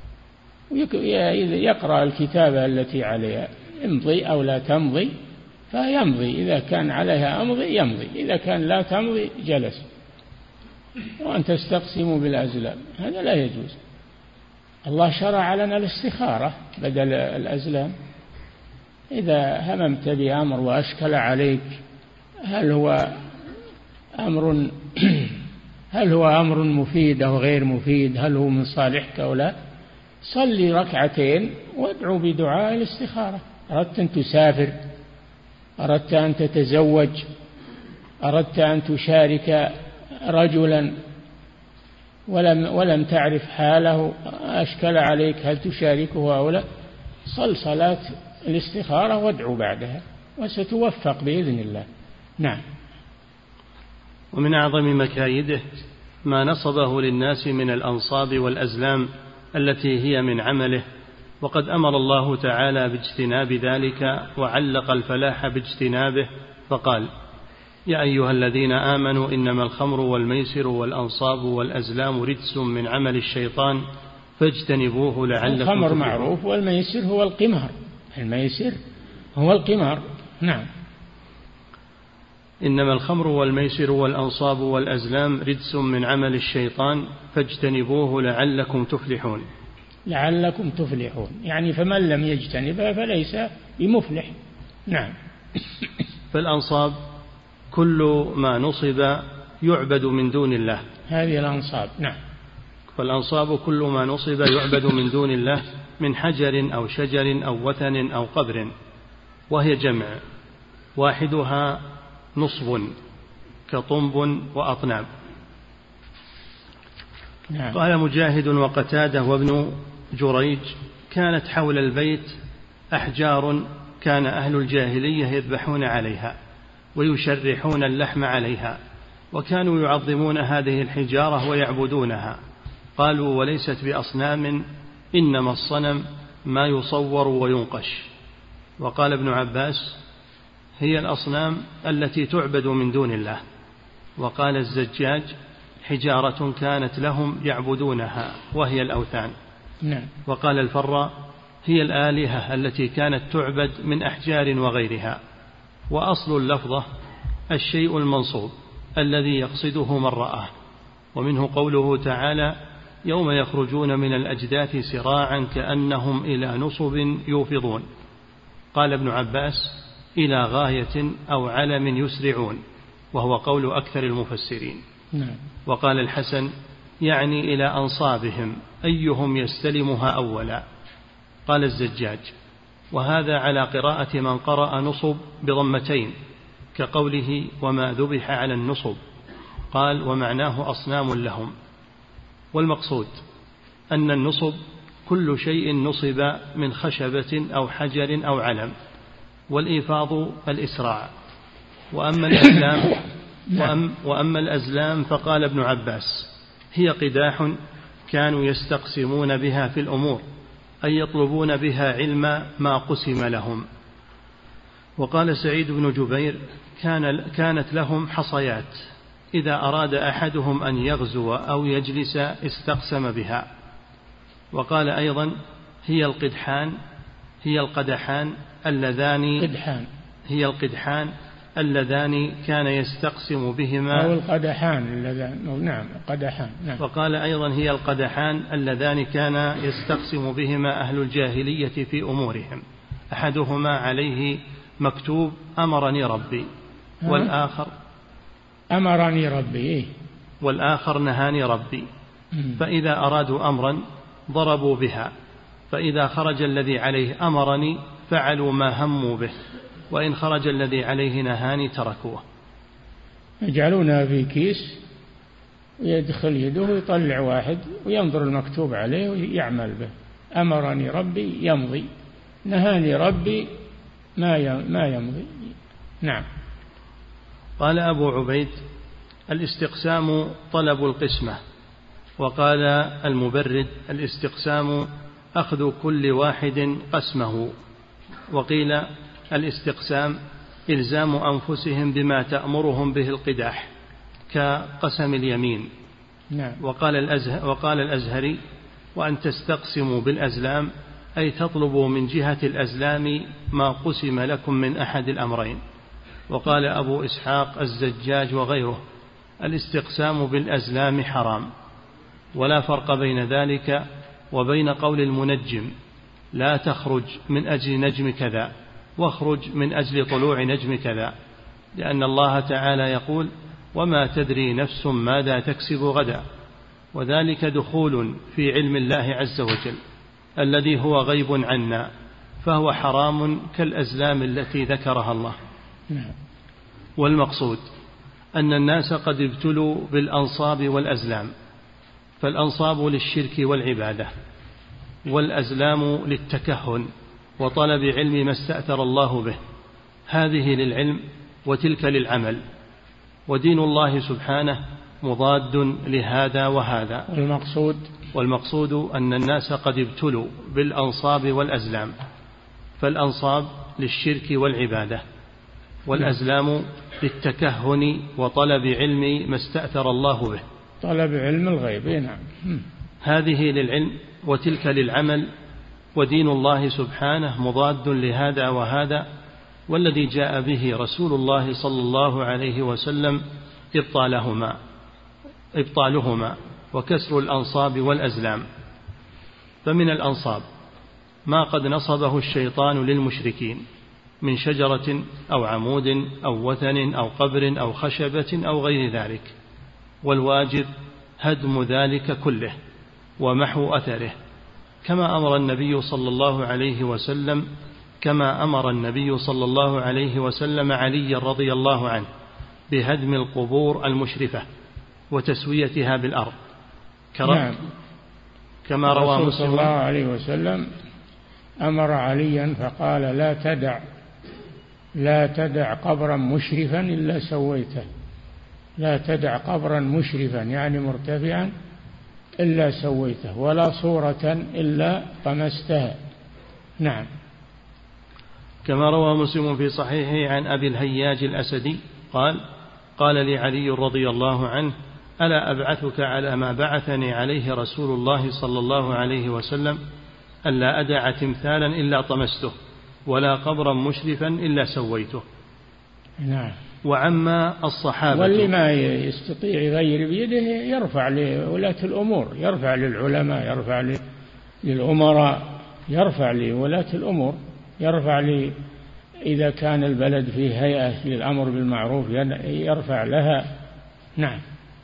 ويقرأ الكتابة التي عليها، امضي أو لا تمضي، فيمضي، إذا كان عليها أمضي يمضي، إذا كان لا تمضي جلس. وأن تستقسموا بالأزلام هذا لا يجوز. الله شرع لنا الاستخارة بدل الأزلام. إذا هممت بأمر وأشكل عليك هل هو أمر هل هو أمر مفيد أو غير مفيد، هل هو من صالحك أو لا، صلي ركعتين وادعو بدعاء الاستخارة. أردت أن تسافر، أردت أن تتزوج، أردت أن تشارك رجلا ولم, ولم تعرف حاله، أشكل عليك هل تشاركه أو لا، صل صلاة الاستخارة وادعو بعدها وستوفق بإذن الله. نعم. ومن أعظم مكايده ما نصبه للناس من الأنصاب والأزلام التي هي من عمله، وقد أمر الله تعالى باجتناب ذلك وعلق الفلاح باجتنابه فقال: يا أيها الذين آمنوا إنما الخمر والميسر والأنصاب والأزلام رجس من عمل الشيطان فاجتنبوه لعلكم تفلحون. الخمر معروف، والميسر هو القمار، الميسر هو القمار. نعم. إنما الخمر والميسر والأنصاب والأزلام رجس من عمل الشيطان فاجتنبوه لعلكم تفلحون. لعلكم تفلحون يعني فمن لم يجتنبها فليس بمفلح. نعم. فالأنصاب كل ما نصب يعبد من دون الله، هذه الأنصاب. نعم. فالأنصاب كل ما نصب يعبد من دون الله من حجر أو شجر أو وثن أو قبر، وهي جمع، واحدها نصب كطنب وأطناب. نعم. قال مجاهد وقتادة وابن جريج: كانت حول البيت أحجار كان أهل الجاهلية يذبحون عليها ويشرحون اللحم عليها، وكانوا يعظمون هذه الحجارة ويعبدونها. قالوا: وليست بأصنام، إنما الصنم ما يصور وينقش. وقال ابن عباس: هي الأصنام التي تعبد من دون الله. وقال الزجاج: حجارة كانت لهم يعبدونها وهي الأوثان. نعم. وقال الفراء: هي الآلهة التي كانت تعبد من أحجار وغيرها. وأصل اللفظة الشيء المنصوب الذي يقصده من رآه، ومنه قوله تعالى: يوم يخرجون من الأجداث سراعا كأنهم إلى نصب يوفضون. قال ابن عباس: إلى غاية أو علم يسرعون، وهو قول أكثر المفسرين. نعم. وقال الحسن: يعني إلى أنصابهم أيهم يستلمها أولا. قال الزجاج: وهذا على قراءة من قرأ نصب بضمتين كقوله: وما ذبح على النصب. قال: ومعناه أصنام لهم. والمقصود أن النصب كل شيء نصب من خشبة أو حجر أو علم، والإيفاض الإسراع. وأما الأزلام وأم وأما الأزلام فقال ابن عباس: هي قداح كانوا يستقسمون بها في الأمور، أي يطلبون بها علم ما قسم لهم. وقال سعيد بن جبير: كان كانت لهم حصيات، إذا أراد أحدهم أن يغزو أو يجلس استقسم بها. وقال أيضا: هي القدحان هي القدحان اللذان قدحان هي القدحان اللذان كان يستقسم بهما، أو القدحان اللذان. نعم، قدحان. نعم. وقال أيضا: هي القدحان اللذان كان يستقسم بهما أهل الجاهلية في أمورهم، أحدهما عليه مكتوب أمرني ربي، والآخر أمرني ربي والآخر نهاني ربي. فإذا أرادوا أمرا ضربوا بها، فإذا خرج الذي عليه أمرني فعلوا ما هموا به، وإن خرج الذي عليه نهاني تركوه. يجعلونها في كيس ويدخل يده ويطلع واحد وينظر المكتوب عليه ويعمل به. أمرني ربي يمضي، نهاني ربي ما يمضي. نعم. قال أبو عبيد: الاستقسام طلب القسمة. وقال المبرد: الاستقسام أخذ كل واحد قسمه. وقيل: الاستقسام إلزام أنفسهم بما تأمرهم به القداح كقسم اليمين. نعم. وقال الأزهر وقال الأزهري: وأن تستقسموا بالأزلام أي تطلبوا من جهة الأزلام ما قسم لكم من أحد الأمرين. وقال أبو إسحاق الزجاج وغيره: الاستقسام بالأزلام حرام، ولا فرق بين ذلك وبين قول المنجم: لا تخرج من أجل نجم كذا واخرج من أجل طلوع نجم كذا، لأن الله تعالى يقول: وما تدري نفس ماذا تكسب غدا، وذلك دخول في علم الله عز وجل الذي هو غيب عنا، فهو حرام كالأزلام التي ذكرها الله. والمقصود أن الناس قد ابتلوا بالأنصاب والأزلام، فالأنصاب للشرك والعبادة، والأزلام للتكهن وطلب علم ما استأثر الله به، هذه للعلم وتلك للعمل، ودين الله سبحانه مضاد لهذا وهذا. والمقصود والمقصود أن الناس قد ابتلوا بالأنصاب والأزلام، فالأنصاب للشرك والعبادة، والأزلام للتكهن وطلب علم ما استأثر الله به، طلب علم الغيب. نعم. هذه للعلم وتلك للعمل، ودين الله سبحانه مضاد لهذا وهذا، والذي جاء به رسول الله صلى الله عليه وسلم إبطالهما إبطالهما وكسر الأنصاب والأزلام. فمن الأنصاب ما قد نصبه الشيطان للمشركين من شجرة أو عمود أو وثن أو قبر أو خشبة أو غير ذلك، والواجب هدم ذلك كله ومحو أثره، كما أمر النبي صلى الله عليه وسلم كما أمر النبي صلى الله عليه وسلم علي رضي الله عنه بهدم القبور المشرفة وتسويتها بالأرض. نعم. كما روى مسلم صلى الله عليه وسلم أمر عليا فقال: لا تدع لا تدع قبرا مشرفا إلا سويته، لا تدع قبرا مشرفا يعني مرتفعا إلا سويته، ولا صورة إلا طمستها. نعم. كما روى مسلم في صحيحه عن أبي الهياج الأسدي قال: قال لي علي رضي الله عنه: ألا أبعثك على ما بعثني عليه رسول الله صلى الله عليه وسلم، ألا أدع تمثالا إلا طمسته، ولا قبرا مشرفا إلا سويته. نعم. وعما الصحابة، واللي ما يستطيع يغير بيده يرفع لولاة الأمور، يرفع للعلماء، يرفع للأمراء، يرفع لولاة الأمور، يرفع لي إذا كان البلد فيه هيئة للأمر بالمعروف يرفع لها. نعم.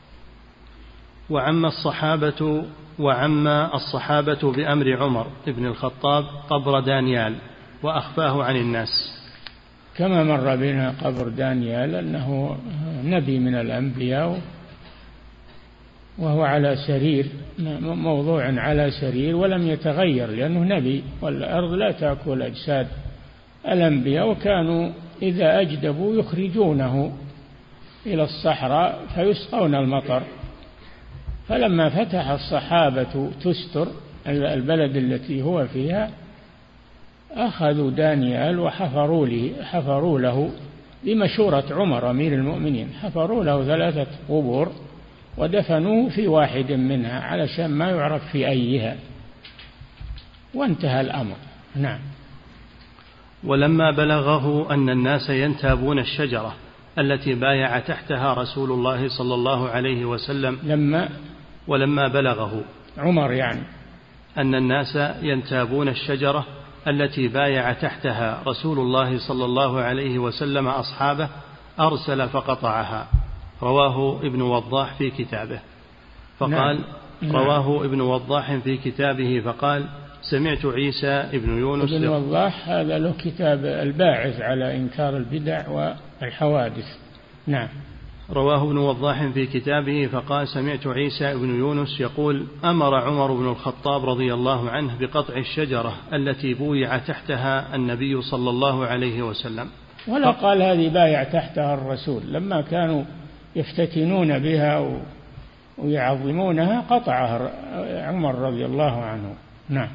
وعما الصحابة وعما الصحابة بأمر عمر بن الخطاب قبر دانيال وأخفاه عن الناس، كما مر بنا قبر دانيال أنه نبي من الأنبياء، وهو على سرير، موضوع على سرير ولم يتغير لأنه نبي، والأرض لا تأكل أجساد الأنبياء، وكانوا إذا أجدبوا يخرجونه إلى الصحراء فيسقون المطر. فلما فتح الصحابة تستر البلد التي هو فيها أخذوا دانيال وحفروا له, حفروا له بمشورة عمر أمير المؤمنين، حفروا له ثلاثة قبور ودفنوه في واحد منها علشان ما يعرف في أيها، وانتهى الأمر. نعم. ولما بلغه أن الناس ينتابون الشجرة التي بايع تحتها رسول الله صلى الله عليه وسلم، لما ولما بلغه عمر يعني أن الناس ينتابون الشجرة التي بايع تحتها رسول الله صلى الله عليه وسلم أصحابه أرسل فقطعها. رواه ابن وضاح في كتابه فقال نعم. رواه ابن وضاح في كتابه فقال سمعت عيسى ابن يونس. ابن وضاح هذا له كتاب الباعث على إنكار البدع والحوادث. نعم. رواه ابن وضاح في كتابه فقال سمعت عيسى ابن يونس يقول أمر عمر بن الخطاب رضي الله عنه بقطع الشجرة التي بويع تحتها النبي صلى الله عليه وسلم. ولا قال هذه بايع تحتها الرسول، لما كانوا يفتتنون بها ويعظمونها قطعها عمر رضي الله عنه. نعم.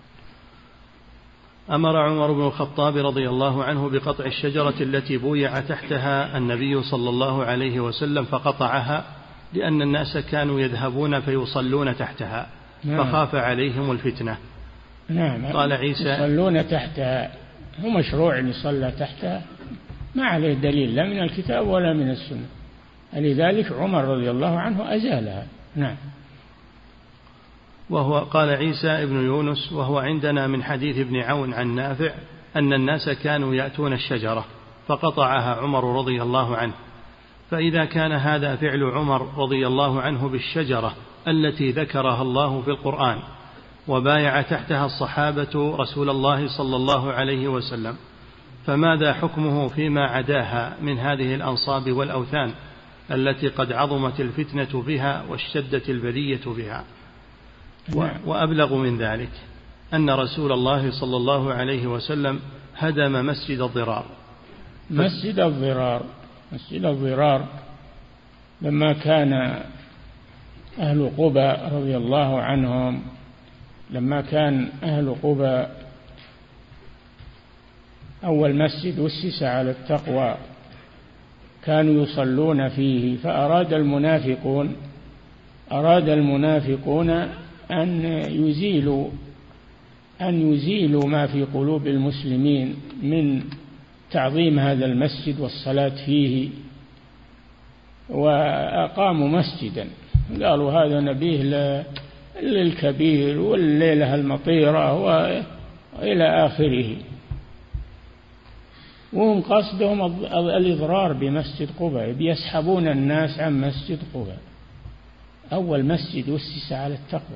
أمر عمر بن الخطاب رضي الله عنه بقطع الشجرة التي بويع تحتها النبي صلى الله عليه وسلم فقطعها لأن الناس كانوا يذهبون فيصلون تحتها. نعم. فخاف عليهم الفتنة. نعم. قال عيسى يصلون تحتها، هو مشروع أن يصلى تحتها، ما عليه دليل لا من الكتاب ولا من السنة، لذلك عمر رضي الله عنه أزالها. نعم. وهو قال عيسى ابن يونس وهو عندنا من حديث ابن عون عن نافع أن الناس كانوا يأتون الشجرة فقطعها عمر رضي الله عنه. فإذا كان هذا فعل عمر رضي الله عنه بالشجرة التي ذكرها الله في القرآن وبايع تحتها الصحابة رسول الله صلى الله عليه وسلم، فماذا حكمه فيما عداها من هذه الأنصاب والأوثان التي قد عظمت الفتنة بها واشتدت البلية بها؟ وأبلغ من ذلك أن رسول الله صلى الله عليه وسلم هدم مسجد الضرار. مسجد الضرار مسجد الضرار لما كان أهل قبى رضي الله عنهم لما كان أهل قبى أول مسجد أسس على التقوى كانوا يصلون فيه، فأراد المنافقون أراد المنافقون أن يزيلوا أن يزيلوا ما في قلوب المسلمين من تعظيم هذا المسجد والصلاة فيه، وأقاموا مسجدا قالوا هذا نبيه للكبير والليلة المطيرة وإلى آخره، وهم قصدهم الإضرار بمسجد قباء، يسحبون الناس عن مسجد قباء أول مسجد أسس على التقوى.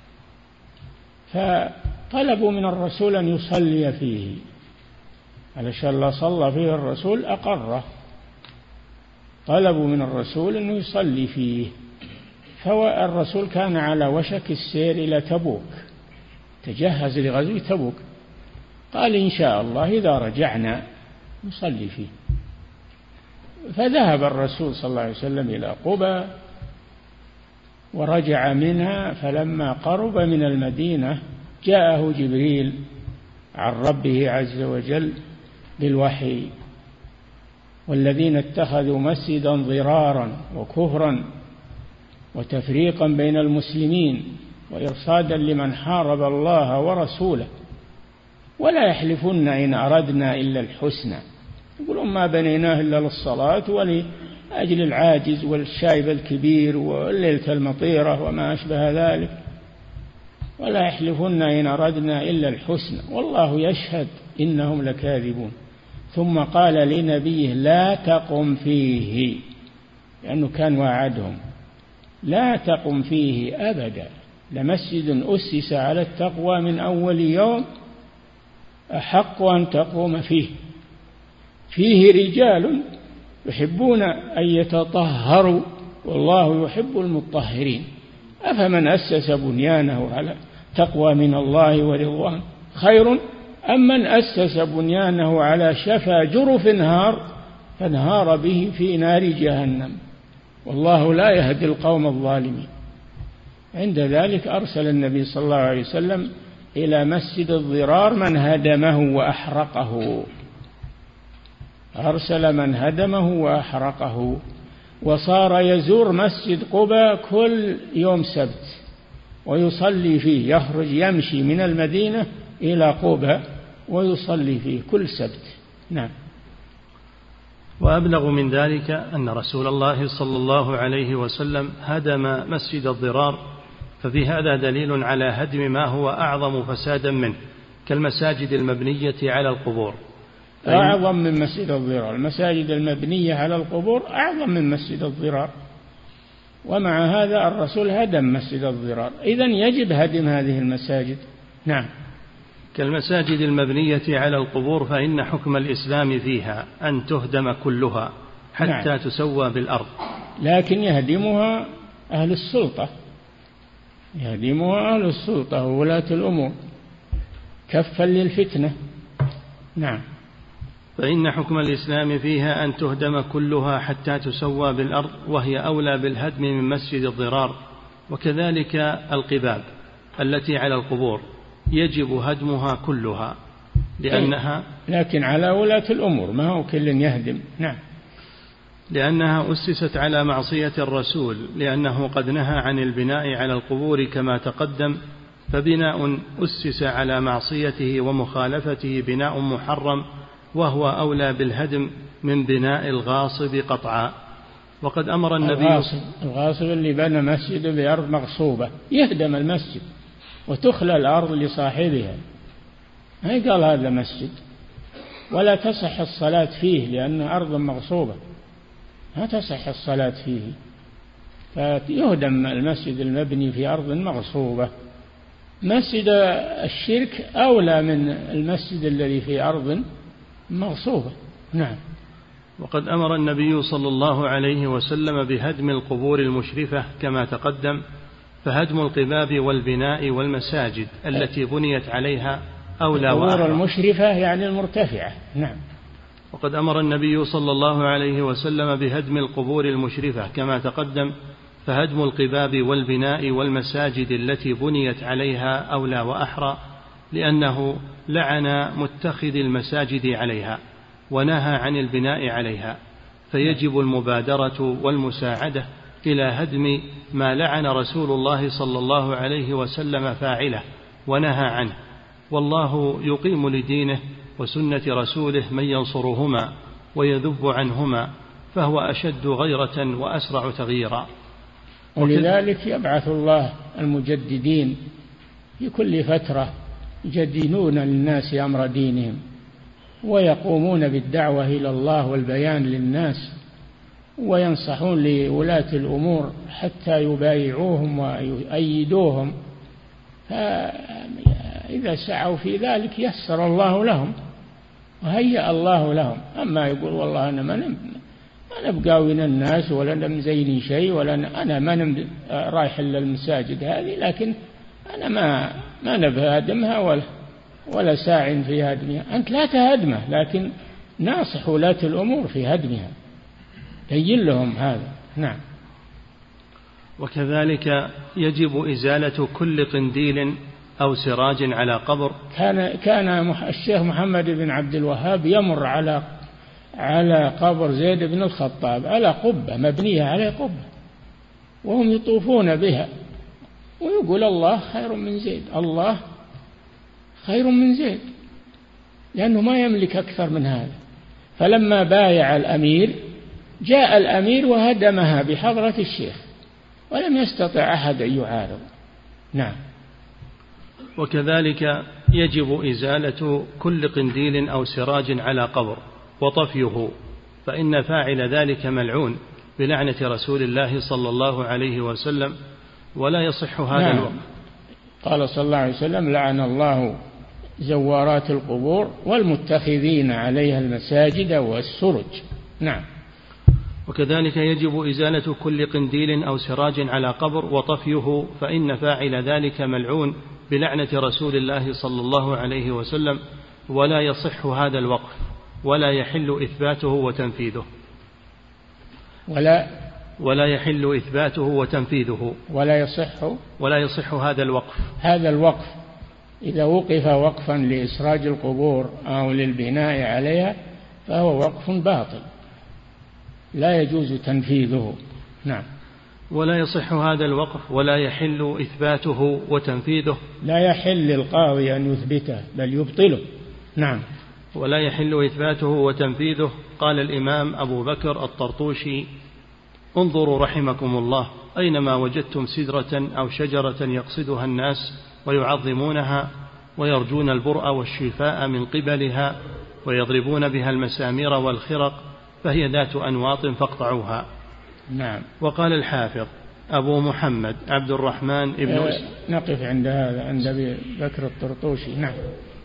فطلبوا من الرسول أن يصلي فيه، علشان الله صلى فيه الرسول أقره، طلبوا من الرسول أنه يصلي فيه. فالرسول كان على وشك السير إلى تبوك، تجهز لغزو تبوك، قال إن شاء الله إذا رجعنا نصلي فيه. فذهب الرسول صلى الله عليه وسلم إلى قبى ورجع منها، فلما قرب من المدينة جاءه جبريل عن ربه عز وجل بالوحي: والذين اتخذوا مسجدا ضرارا وكفرا وتفريقا بين المسلمين وإرصادا لمن حارب الله ورسوله ولا يحلفن إن أردنا إلا الحسنى، يقولون ما بنيناه إلا للصلاة ولأجل العاجز والشايب الكبير والليلة المطيرة وما أشبه ذلك، ولا يحلفن إن أردنا إلا الحسنى والله يشهد إنهم لكاذبون. ثم قال لنبيه: لا تقم فيه، لأنه كان وعدهم: لا تقم فيه أبدا، لمسجد أسس على التقوى من أول يوم أحق أن تقوم فيه، فيه رجال يحبون أن يتطهروا والله يحب المطهرين. أفمن أسس بنيانه على تقوى من الله ورضوان خير أم من أسس بنيانه على شفا جرف نهار فانهار به في نار جهنم والله لا يهدي القوم الظالمين. عند ذلك أرسل النبي صلى الله عليه وسلم إلى مسجد الضرار من هدمه وأحرقه، أرسل من هدمه وأحرقه، وصار يزور مسجد قباء كل يوم سبت ويصلي فيه، يخرج يمشي من المدينة إلى قباء ويصلي فيه كل سبت. نعم. وأبلغ من ذلك أن رسول الله صلى الله عليه وسلم هدم مسجد الضرار، ففي هذا دليل على هدم ما هو أعظم فسادا منه، كالمساجد المبنية على القبور. أعظم من مسجد الضرار. المساجد المبنية على القبور أعظم من مسجد الضرار، ومع هذا الرسول هدم مسجد الضرار، إذن يجب هدم هذه المساجد. نعم. كالمساجد المبنية على القبور فإن حكم الإسلام فيها أن تهدم كلها حتى نعم. تسوى بالأرض، لكن يهدمها أهل السلطة، يهدمها أهل السلطة وولاة الأمور كفا للفتنة. نعم. فإن حكم الإسلام فيها أن تهدم كلها حتى تسوى بالأرض، وهي أولى بالهدم من مسجد الضرار. وكذلك القباب التي على القبور يجب هدمها كلها لأنها لكن على ولاة الأمور، ما هو كل يهدم. نعم. لأنها أسست على معصية الرسول، لأنه قد نهى عن البناء على القبور كما تقدم، فبناء أسس على معصيته ومخالفته بناء محرم، وهو أولى بالهدم من بناء الغاصب قطعا. وقد أمر النبي الغاصب, الغاصب اللي بنى مسجد بأرض مغصوبة يهدم المسجد وتخلى الأرض لصاحبها، ما قال هذا مسجد، ولا تصح الصلاة فيه لأن أرض مغصوبة، ما تصح الصلاة فيه، فيهدم المسجد المبني في أرض مغصوبة. مسجد الشرك أولى من المسجد الذي في أرض مغصوبة. نعم. وقد أمر النبي صلى الله عليه وسلم بهدم القبور المشرفة كما تقدم، فهدم القباب والبناء والمساجد التي بنيت عليها أولى وأحرى. القبور المشرفة يعني المرتفعة. نعم. وقد أمر النبي صلى الله عليه وسلم بهدم القبور المشرفة كما تقدم، فهدم القباب والبناء والمساجد التي بنيت عليها أولى وأحرى، لأنه لعن متخذ المساجد عليها ونهى عن البناء عليها، فيجب المبادرة والمساعدة إلى هدم ما لعن رسول الله صلى الله عليه وسلم فاعله ونهى عنه، والله يقيم لدينه وسنة رسوله من ينصرهما ويذب عنهما، فهو أشد غيرة وأسرع تغييرا. ولذلك يبعث الله المجددين في كل فترة يجددون للناس أمر دينهم ويقومون بالدعوة إلى الله والبيان للناس، وينصحون لولاة الأمور حتى يبايعوهم ويؤيدوهم، فإذا سعوا في ذلك يسر الله لهم وهيأ الله لهم. أما يقول والله أنا ما نبقى وين الناس ولا نمزيني شيء ولا أنا ما رايح إلا المساجد هذه، لكن أنا ما ما نبهدمها ولا ولا ساع في هدمها. أنت لا تهدمه، لكن ناصح ولاة الأمور في هدمها، بين لهم هذا. نعم. وكذلك يجب إزالة كل قنديل أو سراج على قبر. كان كان الشيخ محمد بن عبد الوهاب يمر على على قبر زيد بن الخطاب على قبة مبنية على قبة، وهم يطوفون بها ويقول الله خير من زيد، الله خير من زيد، لأنه ما يملك أكثر من هذا. فلما بايع الأمير جاء الأمير وهدمها بحضرة الشيخ ولم يستطع أحد أن يعارض. نعم. وكذلك يجب إزالة كل قنديل أو سراج على قبر وطفيه، فإن فاعل ذلك ملعون بلعنة رسول الله صلى الله عليه وسلم، ولا يصح هذا نعم. الوقت. قال صلى الله عليه وسلم لعن الله زوارات القبور والمتخذين عليها المساجد والسرج. نعم. وكذلك يجب إزالة كل قنديل أو سراج على قبر وطفيه، فإن فاعل ذلك ملعون بلعنة رسول الله صلى الله عليه وسلم، ولا يصح هذا الوقف ولا يحل إثباته وتنفيذه ولا ولا يحل إثباته وتنفيذه ولا يصح ولا يصح هذا الوقف. هذا الوقف إذا وقف وقفا لإسراج القبور أو للبناء عليها فهو وقف باطل لا يجوز تنفيذه. نعم. ولا يصح هذا الوقف ولا يحل إثباته وتنفيذه. لا يحل للقاضي أن يثبته بل يبطله. نعم. ولا يحل إثباته وتنفيذه. قال الإمام أبو بكر الطرطوشي: انظروا رحمكم الله أينما وجدتم سدرة أو شجرة يقصدها الناس ويعظمونها ويرجون البرء والشفاء من قبلها ويضربون بها المسامير والخرق فهي ذات أنواط فاقطعوها. نعم. وقال الحافظ أبو محمد عبد الرحمن ابن أه نقف عند هذا عند أبي بكر الطرطوشي. نعم.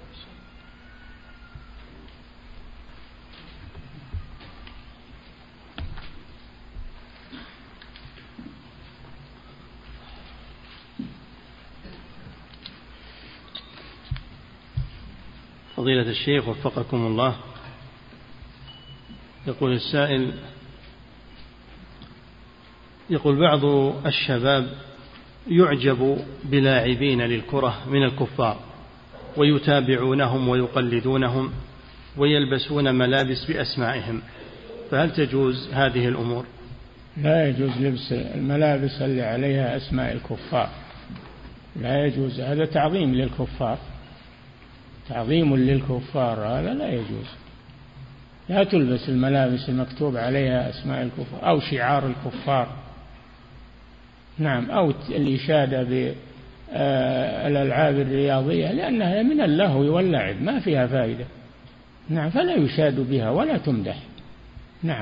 فضيلة الشيخ وفقكم الله، يقول السائل، يقول بعض الشباب يعجب بلاعبين للكرة من الكفار ويتابعونهم ويقلدونهم ويلبسون ملابس بأسمائهم، فهل تجوز هذه الأمور؟ لا يجوز لبس الملابس اللي عليها أسماء الكفار، لا يجوز، هذا تعظيم للكفار، تعظيم للكفار، هذا لا يجوز. لا تلبس الملابس المكتوب عليها أسماء الكفار أو شعار الكفار. نعم. أو الإشادة بالألعاب الرياضية لأنها من اللهو واللعب ما فيها فائدة. نعم. فلا يشاد بها ولا تمدح. نعم.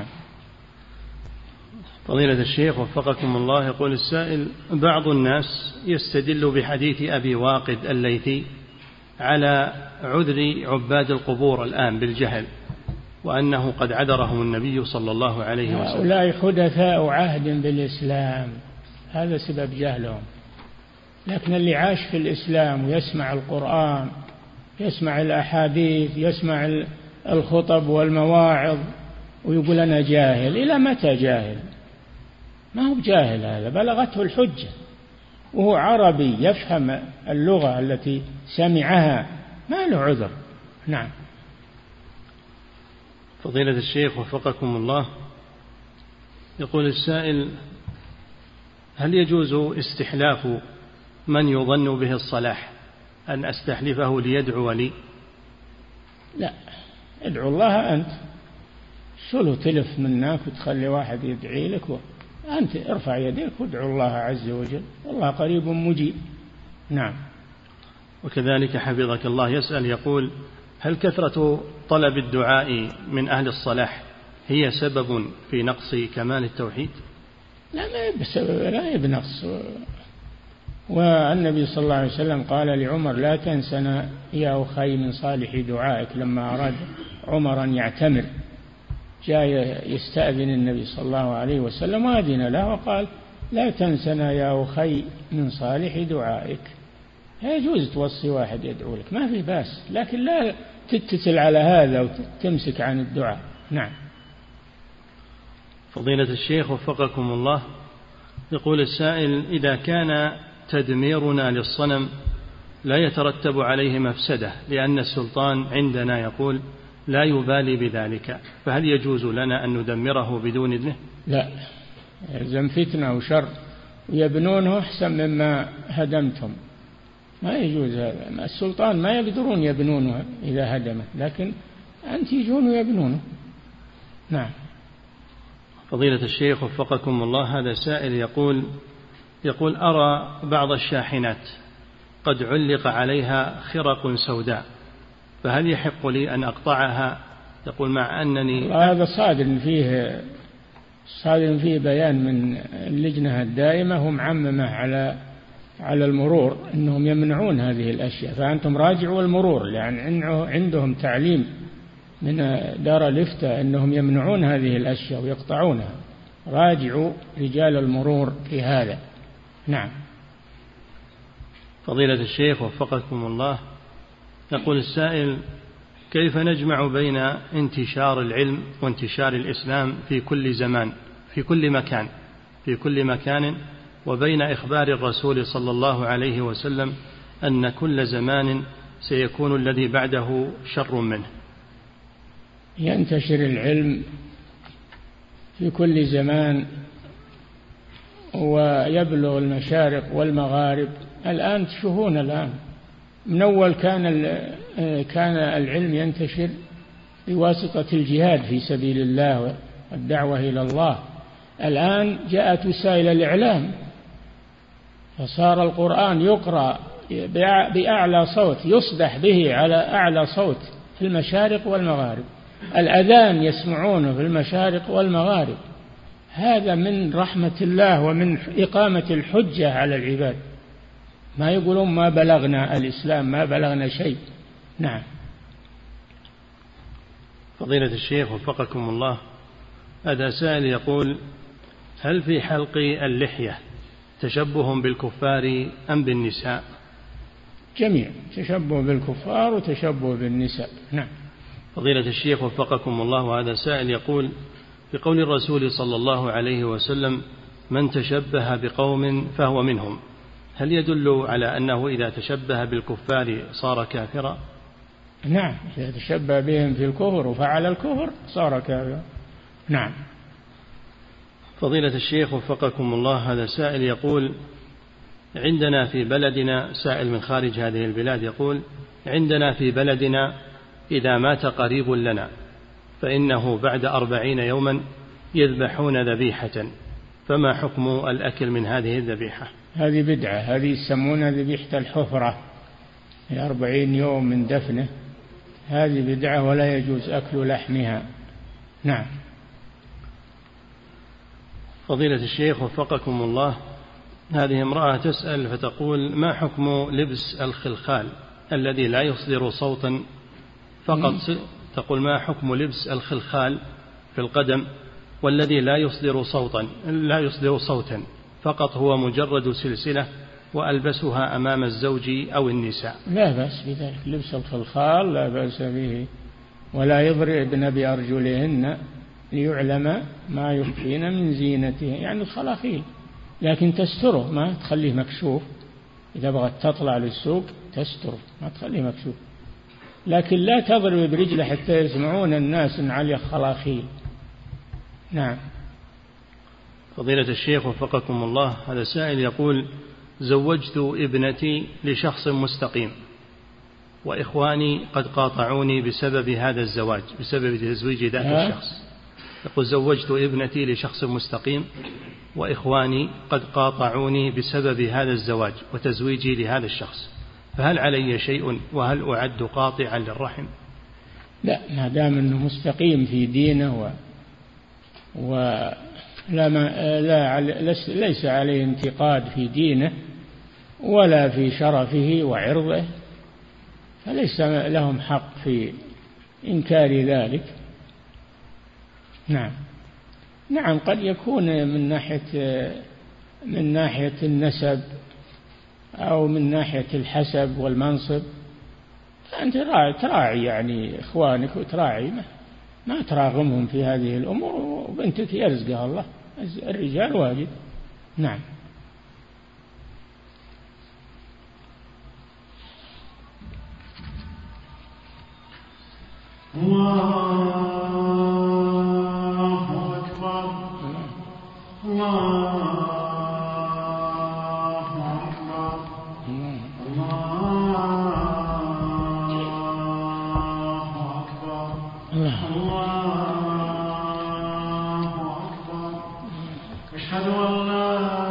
فضيلة الشيخ وفقكم الله، يقول السائل بعض الناس يستدل بحديث أبي واقد الليثي على عذر عباد القبور الآن بالجهل، وأنه قد عذرهم النبي صلى الله عليه وسلم. هؤلاء حدثاء عهد بالإسلام، هذا سبب جهلهم. لكن اللي عاش في الإسلام ويسمع القرآن، يسمع الأحاديث، يسمع الخطب والمواعظ ويقول أنا جاهل، إلى متى جاهل؟ ما هو جاهل، هذا بلغته الحجة وهو عربي يفهم اللغة التي سمعها، ما له عذر. نعم. فضيلة الشيخ وفقكم الله، يقول السائل هل يجوز استحلاف من يظن به الصلاح، أن أستحلفه ليدعو لي؟ لا، ادعو الله أنت، شلو تلف منك وتخلي واحد يدعي لك؟ أنت ارفع يديك وادعو الله عز وجل، والله قريب مجيب. نعم. وكذلك حفظك الله يسأل يقول هل كثرة طلب الدعاء من أهل الصلاح هي سبب في نقص كمال التوحيد؟ لا، ما بسبب، لا بنقص. والنبي صلى الله عليه وسلم قال لعمر لا تنسنا يا أخي من صالح دعائك، لما أراد عمر أن يعتمر جاء يستأذن النبي صلى الله عليه وسلم وأذن له وقال لا تنسنا يا أخي من صالح دعائك. يجوز توصي واحد يدعو لك، ما في باس، لكن لا تتتل على هذا وتمسك عن الدعاء. نعم. فضيلة الشيخ وفقكم الله، يقول السائل إذا كان تدميرنا للصنم لا يترتب عليه مفسدة لأن السلطان عندنا يقول لا يبالي بذلك، فهل يجوز لنا أن ندمره بدون إذنه؟ لا، يلزم فتنة وشر ويبنونه أحسن مما هدمتم، ما يجوز هذا. السلطان ما يقدرون يبنونه إذا هدمه، لكن أنت يجون ويبنونه. نعم. فضيلة الشيخ وفقكم الله، هذا سائل يقول يقول أرى بعض الشاحنات قد علق عليها خرق سوداء، فهل يحق لي أن أقطعها؟ يقول مع أنني هذا صادر فيه صادر فيه بيان من اللجنة الدائمة هم عممه على على المرور أنهم يمنعون هذه الأشياء، فأنتم راجعوا المرور، لأن عندهم تعليم من دار الإفتاء أنهم يمنعون هذه الأشياء ويقطعونها. راجعوا رجال المرور في هذا. نعم. فضيلة الشيخ وفقكم الله، يقول السائل كيف نجمع بين انتشار العلم وانتشار الإسلام في كل زمان في كل مكان في كل مكان وبين إخبار الرسول صلى الله عليه وسلم أن كل زمان سيكون الذي بعده شر منه؟ ينتشر العلم في كل زمان ويبلغ المشارق والمغارب. الآن تشوفون الآن من أول كان كان العلم ينتشر بواسطة الجهاد في سبيل الله والدعوة إلى الله. الآن جاءت وسائل الإعلام فصار القرآن يقرأ بأعلى صوت، يصدح به على أعلى صوت في المشارق والمغارب، الأذان يسمعونه في المشارق والمغارب. هذا من رحمة الله ومن إقامة الحجة على العباد، ما يقولون ما بلغنا الإسلام، ما بلغنا شيء. نعم. فضيلة الشيخ وفقكم الله، هذا سائل يقول: هل في حلق اللحية تشبه بالكفار أم بالنساء؟ جميع، تشبه بالكفار وتشبه بالنساء. نعم. فضيلة الشيخ وفقكم الله، وهذا سائل يقول: في قول الرسول صلى الله عليه وسلم: من تشبه بقوم فهو منهم، هل يدل على أنه إذا تشبه بالكفار صار كافرا؟ نعم، إذا تشبه بهم في الكفر وفعل الكفر صار كافرا. نعم. فضيلة الشيخ وفقكم الله، هذا سائل يقول: عندنا في بلدنا، سائل من خارج هذه البلاد، يقول: عندنا في بلدنا إذا مات قريب لنا فإنه بعد أربعين يوما يذبحون ذبيحة، فما حكم الأكل من هذه الذبيحة؟ هذه بدعة، هذه يسمونها ذبيحة الحفرة، أربعين يوم من دفنه، هذه بدعة ولا يجوز أكل لحمها. نعم. فضيلة الشيخ وفقكم الله، هذه امرأة تسأل فتقول: ما حكم لبس الخلخال الذي لا يصدر صوتا فقط؟ تقول: ما حكم لبس الخلخال في القدم والذي لا يصدر صوتا لا يصدر صوتا فقط هو مجرد سلسلة وألبسها أمام الزوج أو النساء؟ لا بأس بذلك، لبس الخلخال لا بأس به، ولا يضربن بأرجلهن ليعلم ما يخفين من زينته، يعني الخلاخيل، لكن تستره، ما تخليه مكشوف. إذا بغت تطلع للسوق تستره، ما تخليه مكشوف، لكن لا تضرب برجله حتى يسمعون الناس إن عليه خلاخيل. نعم. فضيلة الشيخ وفقكم الله، هذا سائل يقول: زوجت ابنتي لشخص مستقيم وإخواني قد قاطعوني بسبب هذا الزواج، بسبب تزويج ذاك الشخص. يقول: زوجت ابنتي لشخص مستقيم وإخواني قد قاطعوني بسبب هذا الزواج وتزويجي لهذا الشخص، فهل علي شيء وهل أعد قاطعا للرحم؟ لا، ما دام أنه مستقيم في دينه و... ولا ما... لا... ليس عليه انتقاد في دينه ولا في شرفه وعرضه، فليس لهم حق في إنكار ذلك. نعم. نعم، قد يكون من ناحية من ناحية النسب أو من ناحية الحسب والمنصب، فأنت تراعي يعني إخوانك وتراعي، ما تراغمهم في هذه الأمور، وبنتك يرزقها الله، الرجال واجد. نعم. الله أكبر، الله أكبر، الله أكبر، الله أكبر. أشهد أن لا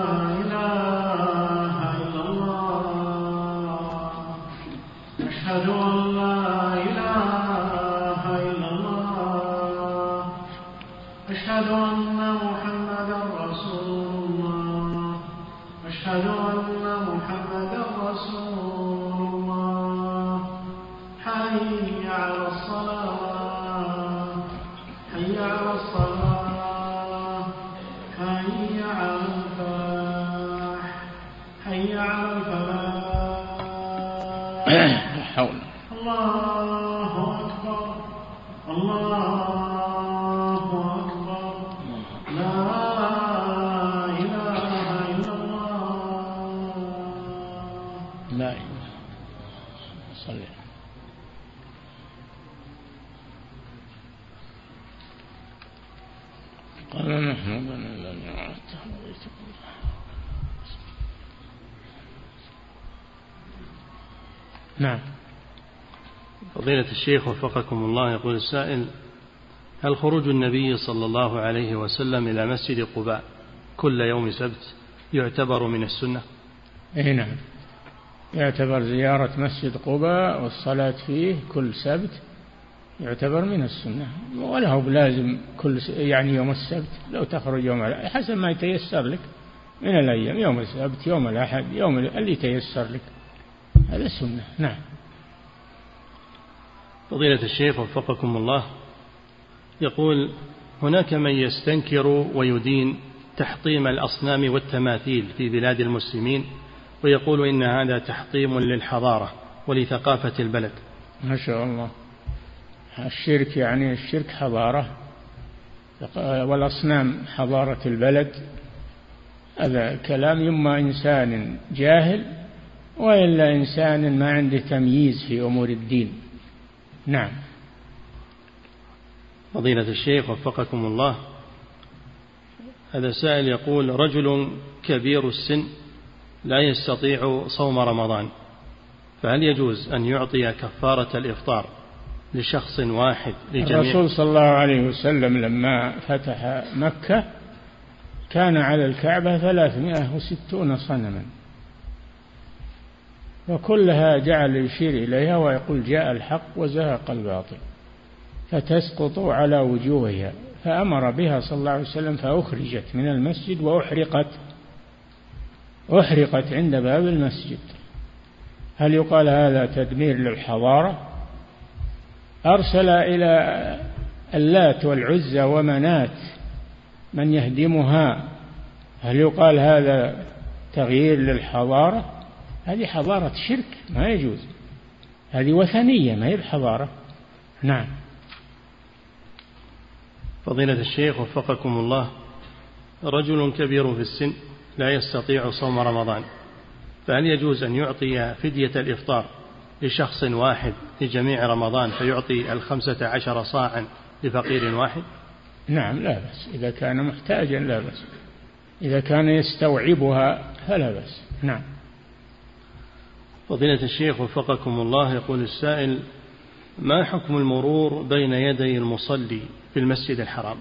إله إلا الله، أشهد أن لا إله إلا الله، أشهد أن محمدا رسول الله، أشهد أن محمدا رسول الله. حي على الصلاة، حي على الصلاة، حي على الفلاح، حي على الفلاح. لا حول. الله أكبر، الله أكبر، لا إله إلا الله. لا إله. صلي. قال محمد الذي وعدته وبيته. نعم. فضيلة الشيخ وفقكم الله، يقول السائل: هل خروج النبي صلى الله عليه وسلم إلى مسجد قباء كل يوم سبت يعتبر من السنة؟ إيه نعم، يعتبر زيارة مسجد قباء والصلاة فيه كل سبت يعتبر من السنة، ولا هو بلازم كل يعني يوم السبت، لو تخرج يوم الأحد حسب ما يتيسر لك من الأيام، يوم السبت يوم الأحد يوم اللي يتيسر لك، هذا سنة. نعم. فضيلة الشيخ وفقكم الله، يقول هناك من يستنكر ويدين تحطيم الأصنام والتماثيل في بلاد المسلمين، ويقول إن هذا تحطيم للحضارة ولثقافة البلد. ما شاء الله. الشرك يعني الشرك حضارة والأصنام حضارة البلد، هذا كلام إما إنسان جاهل وإلا إنسان ما عنده تمييز في أمور الدين. نعم. فضيلة الشيخ وفقكم الله، هذا سائل يقول رجل كبير السن لا يستطيع صوم رمضان، فهل يجوز أن يعطي كفارة الإفطار لشخص واحد لجميع؟ الرسول صلى الله عليه وسلم لما فتح مكة كان على الكعبة ثلاثمائة وستون صنما، وكلها جعل يشير إليها ويقول جاء الحق وزهق الباطل، فتسقط على وجوهها، فأمر بها صلى الله عليه وسلم فأخرجت من المسجد وأحرقت أحرقت عند باب المسجد. هل يقال هذا تدمير للحضارة؟ أرسل إلى اللات والعزى ومنات من يهدمها، هل يقال هذا تغيير للحضارة؟ هذه حضارة شرك ما يجوز، هذه وثنية ما هي بحضارة. نعم. فضيلة الشيخ وفقكم الله، رجل كبير في السن لا يستطيع صوم رمضان، فهل يجوز أن يعطي فدية الإفطار لشخص واحد لجميع رمضان فيعطي الخمسة عشر صاعا لفقير واحد؟ نعم لا بأس، إذا كان محتاجا لا بأس، إذا كان يستوعبها فلا بأس. نعم. فضيلة الشيخ وفقكم الله، يقول السائل ما حكم المرور بين يدي المصلي في المسجد الحرام؟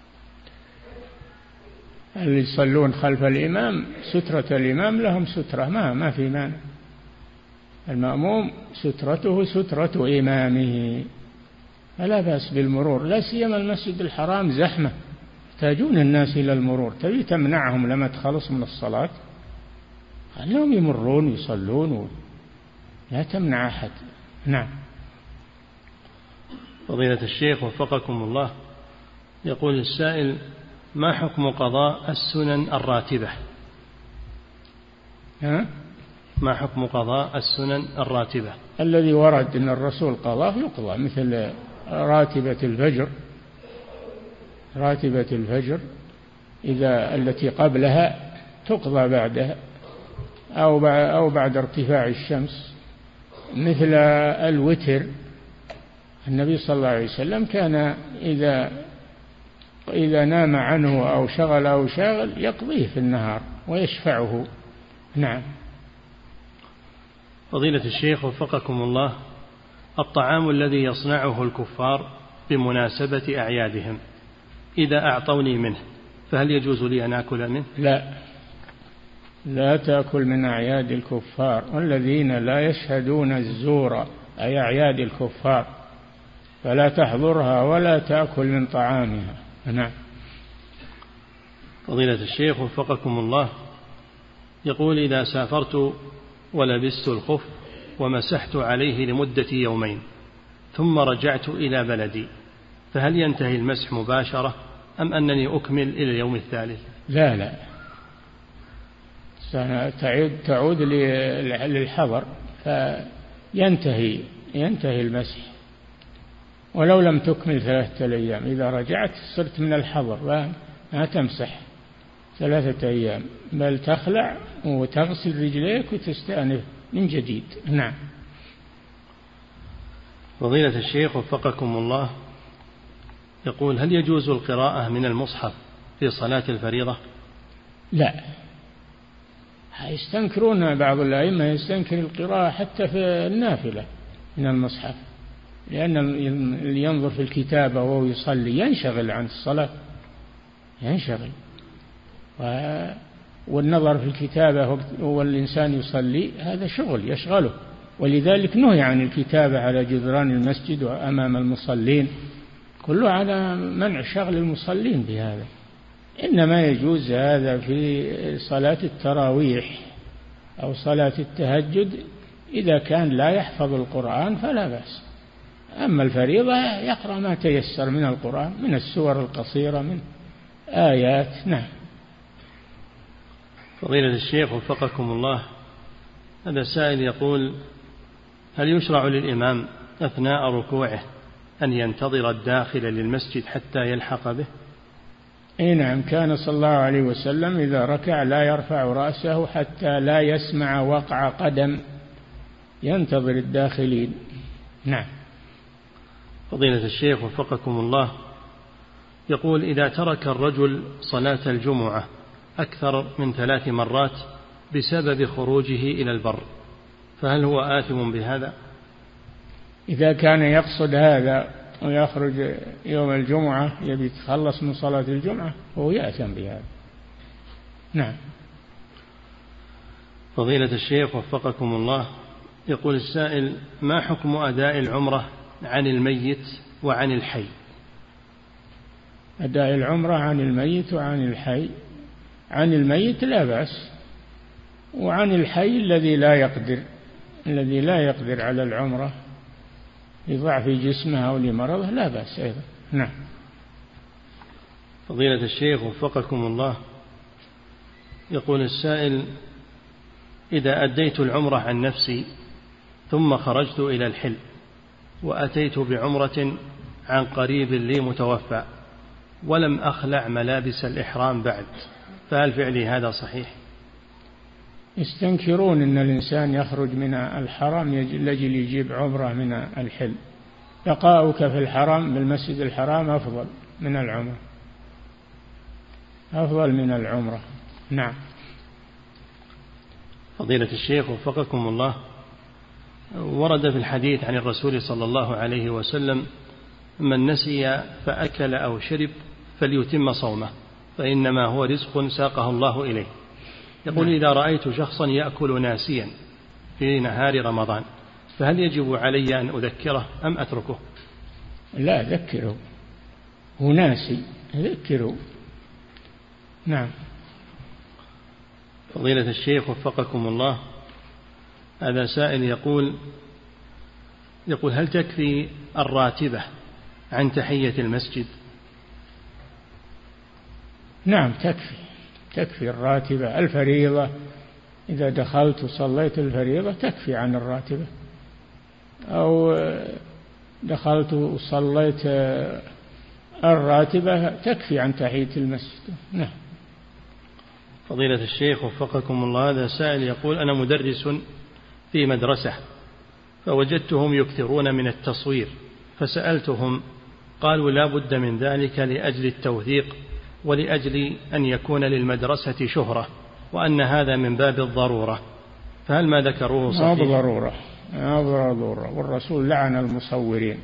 اللي يصلون خلف الإمام سترة الإمام لهم سترة، ما ما في مانع، المأموم سترته سترة إمامه، فلا بأس بالمرور، لا سيما المسجد الحرام زحمة يحتاجون الناس إلى المرور، تبي تمنعهم لما تخلص من الصلاة؟ خلهم يمرون ويصلون، لا تمنع أحد. نعم. فضيلة الشيخ وفقكم الله، يقول السائل ما حكم قضاء السنن الراتبة؟ ها؟ ما حكم قضاء السنن الراتبة؟ الذي ورد أن الرسول قضاه يقضى، مثل راتبة الفجر، راتبة الفجر إذا التي قبلها تقضى بعدها أو أو بعد ارتفاع الشمس، مثل الوتر النبي صلى الله عليه وسلم كان إذا إذا نام عنه أو شغل أو شاغل يقضيه في النهار ويشفعه. نعم. فضيلة الشيخ وفقكم الله، الطعام الذي يصنعه الكفار بمناسبة أعيادهم إذا أعطوني منه فهل يجوز لي أن أكل منه؟ لا، لا تأكل من أعياد الكفار، والذين لا يشهدون الزور أي أعياد الكفار فلا تحضرها ولا تأكل من طعامها. نعم. فضيلة الشيخ وفقكم الله، يقول إذا سافرت ولبست الخف ومسحت عليه لمدة يومين ثم رجعت إلى بلدي فهل ينتهي المسح مباشرة أم أنني أكمل إلى اليوم الثالث؟ لا لا، تعود تعود للحضر فينتهي ينتهي المسح ولو لم تكمل ثلاثة أيام، إذا رجعت صرت من الحضر ما تمسح ثلاثة أيام، بل تخلع وتغسل رجليك وتستأنف من جديد. نعم. فضيلة الشيخ وفقكم الله، يقول هل يجوز القراءة من المصحف في صلاة الفريضة؟ لا، يستنكرون بعض الأئمة يستنكر القراءة حتى في النافلة من المصحف، لأن اللي ينظر في الكتابة وهو يصلي ينشغل عن الصلاة، ينشغل والنظر في الكتابة والإنسان يصلي هذا شغل يشغله، ولذلك نهي عن الكتابة على جدران المسجد وأمام المصلين، كله على منع شغل المصلين بهذا. إنما يجوز هذا في صلاة التراويح أو صلاة التهجد إذا كان لا يحفظ القرآن فلا بأس. أما الفريضة يقرأ ما تيسر من القرآن من السور القصيرة من آيات. نعم. فضيلة الشيخ وفقكم الله، هذا سائل يقول: هل يشرع للإمام أثناء ركوعه أن ينتظر الداخل للمسجد حتى يلحق به؟ أي نعم، كان صلى الله عليه وسلم إذا ركع لا يرفع رأسه حتى لا يسمع وقع قدم، ينتظر الداخلين. نعم. فضيلة الشيخ وفقكم الله، يقول: إذا ترك الرجل صلاة الجمعة أكثر من ثلاث مرات بسبب خروجه إلى البر، فهل هو آثم بهذا؟ إذا كان يقصد هذا ويخرج يوم الجمعة يبي يتخلص من صلاة الجمعة هو يأثم بهذا. نعم. فضيلة الشيخ وفقكم الله، يقول السائل: ما حكم أداء العمرة عن الميت وعن الحي؟ أداء العمرة عن الميت وعن الحي، عن الميت لا بأس، وعن الحي الذي لا يقدر الذي لا يقدر على العمرة لضعف جسمه أو لمرضه لا بأس أيضا. نعم. فضيلة الشيخ وفقكم الله، يقول السائل: إذا أديت العمرة عن نفسي ثم خرجت إلى الحل وأتيت بعمرة عن قريب لي متوفى ولم أخلع ملابس الإحرام بعد، فهل فعلي هذا صحيح؟ يستنكرون أن الإنسان يخرج من الحرم لأجل يجيب عمرة من الحل. بقاؤك في الحرم بالمسجد الحرام أفضل من العمرة، أفضل من العمرة. نعم. فضيلة الشيخ وفقكم الله، ورد في الحديث عن الرسول صلى الله عليه وسلم: من نسي فأكل أو شرب فليتم صومه فإنما هو رزق ساقه الله إليه. يقول: إذا رأيت شخصا يأكل ناسيا في نهار رمضان فهل يجب علي أن أذكره أم أتركه؟ لا، ذكره، هو ناسي، ذكره. نعم. فضيلة الشيخ وفقكم الله، هذا سائل يقول يقول هل تكفي الراتبة عن تحية المسجد؟ نعم تكفي، تكفي الراتبة. الفريضة إذا دخلت وصليت الفريضة تكفي عن الراتبة، أو دخلت وصليت الراتبة تكفي عن تحية المسجد. نعم. فضيلة الشيخ وفقكم الله، هذا سائل يقول: أنا مدرس في مدرسة فوجدتهم يكثرون من التصوير، فسألتهم قالوا لا بد من ذلك لأجل التوثيق ولأجل أن يكون للمدرسة شهرة، وأن هذا من باب الضرورة، فهل ما ذكروه صحيح؟ ما ضرورة، ما ضرورة، والرسول لعن المصورين،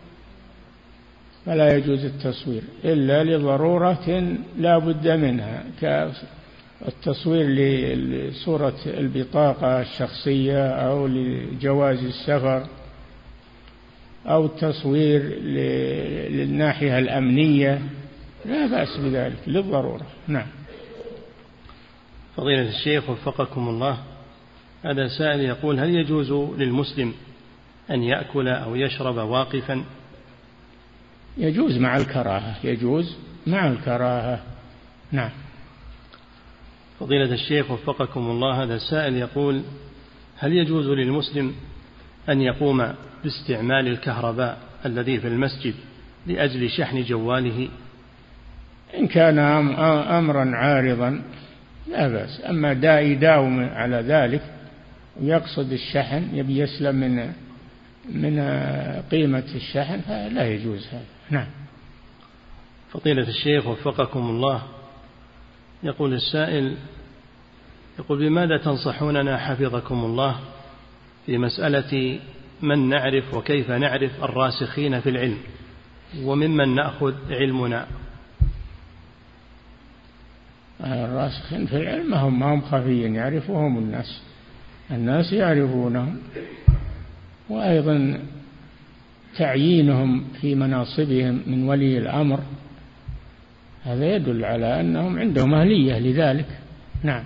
فلا يجوز التصوير إلا لضرورة لا بد منها، كالتصوير لصورة البطاقة الشخصية أو لجواز السفر، أو التصوير للناحية الأمنية، لا بأس بذلك للضرورة. نعم. فضيلة الشيخ وفقكم الله، هذا سائل يقول: هل يجوز للمسلم أن يأكل أو يشرب واقفا؟ يجوز مع الكراهة، يجوز مع الكراهة. نعم. فضيلة الشيخ وفقكم الله، هذا سائل يقول: هل يجوز للمسلم أن يقوم باستعمال الكهرباء الذي في المسجد لأجل شحن جواله؟ إن كان أمرا عارضا لا بأس، أما دا يداوم على ذلك ويقصد الشحن يبي يسلم من من قيمة الشحن فلا يجوز هذا. نعم. فضيلة الشيخ وفقكم الله، يقول السائل يقول: بماذا تنصحوننا حفظكم الله في مسألة من نعرف وكيف نعرف الراسخين في العلم وممن نأخذ علمنا؟ الراسخين في العلم هم ما هم خفيين، يعرفهم الناس الناس يعرفونهم. وأيضا تعيينهم في مناصبهم من ولي الأمر هذا يدل على أنهم عندهم أهلية لذلك. نعم.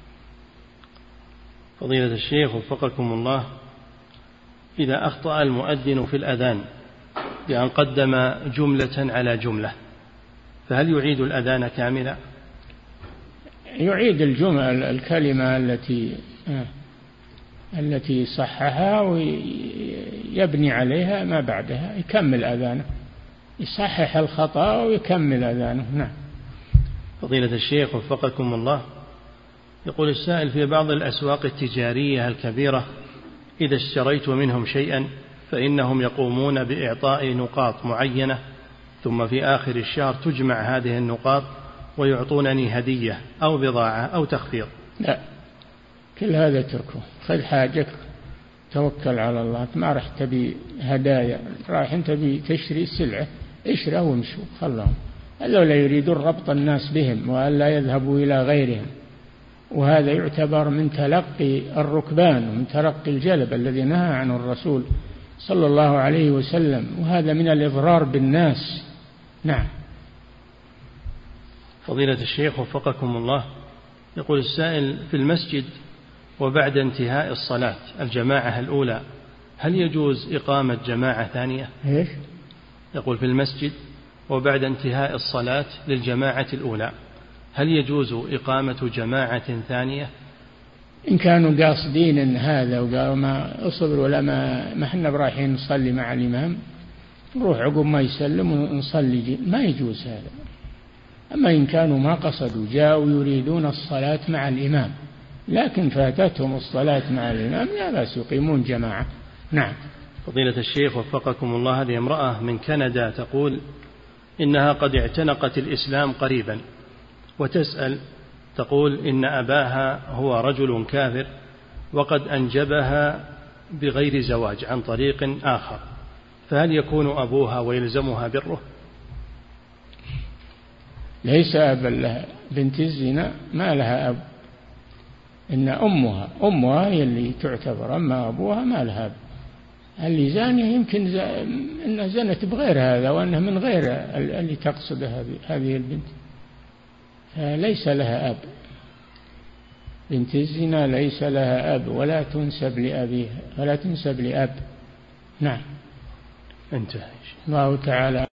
فضيلة الشيخ وفقكم الله، إذا أخطأ المؤذن في الأذان بأن قدم جملة على جملة فهل يعيد الأذان كاملا؟ يعيد الجمل الكلمة التي التي صححها ويبني عليها ما بعدها، يكمل أذانه، يصحح الخطأ ويكمل أذانه. نعم. فضيلة الشيخ وفقكم الله، يقول السائل: في بعض الأسواق التجارية الكبيرة إذا اشتريت منهم شيئا فإنهم يقومون بإعطاء نقاط معينة، ثم في آخر الشهر تجمع هذه النقاط ويعطونني هدية أو بضاعة أو تخفيض. لا، كل هذا تركه، خذ حاجك، توكل على الله. ما راح تبي هدايا، راح انت تبي تشتري سلعة، اشتري وامشوا، خلهم. هذولا يريدون ربط الناس بهم وألا يذهبوا إلى غيرهم، وهذا يعتبر من تلقي الركبان ومن تلقي الجلب الذي نهى عنه الرسول صلى الله عليه وسلم، وهذا من الإضرار بالناس. نعم. فضيلة الشيخ وفقكم الله، يقول السائل: في المسجد وبعد انتهاء الصلاة الجماعة الأولى هل يجوز إقامة جماعة ثانية؟ إيش؟ يقول: في المسجد وبعد انتهاء الصلاة للجماعة الأولى هل يجوز إقامة جماعة ثانية؟ إن كانوا قاصدين هذا وقالوا ما أصبر ولا ما ما احنا رايحين نصلي مع الإمام، نروح عقب ما يسلم ونصلي، ما يجوز هذا. أما إن كانوا ما قصدوا، جاءوا يريدون الصلاة مع الإمام لكن فاتتهم الصلاة مع الإمام، لا بأس يقيمون جماعة. نعم. فضيلة الشيخ وفقكم الله، هذه امرأة من كندا تقول إنها قد اعتنقت الإسلام قريبا، وتسأل تقول إن أباها هو رجل كافر وقد أنجبها بغير زواج عن طريق آخر، فهل يكون أبوها ويلزمها بره؟ ليس أبا لها، بنت الزنا ما لها أب، إن أمها أمها هي اللي تعتبر، أما أبوها ما لها أب. اللي زانية يمكن ز... إنها زنت بغير هذا، وأنها من غير اللي تقصدها هذه البنت، فليس لها أب. بنت الزنا ليس لها أب ولا تنسب لأبيها ولا تنسب لأب. نعم. انتهى. الله تعالى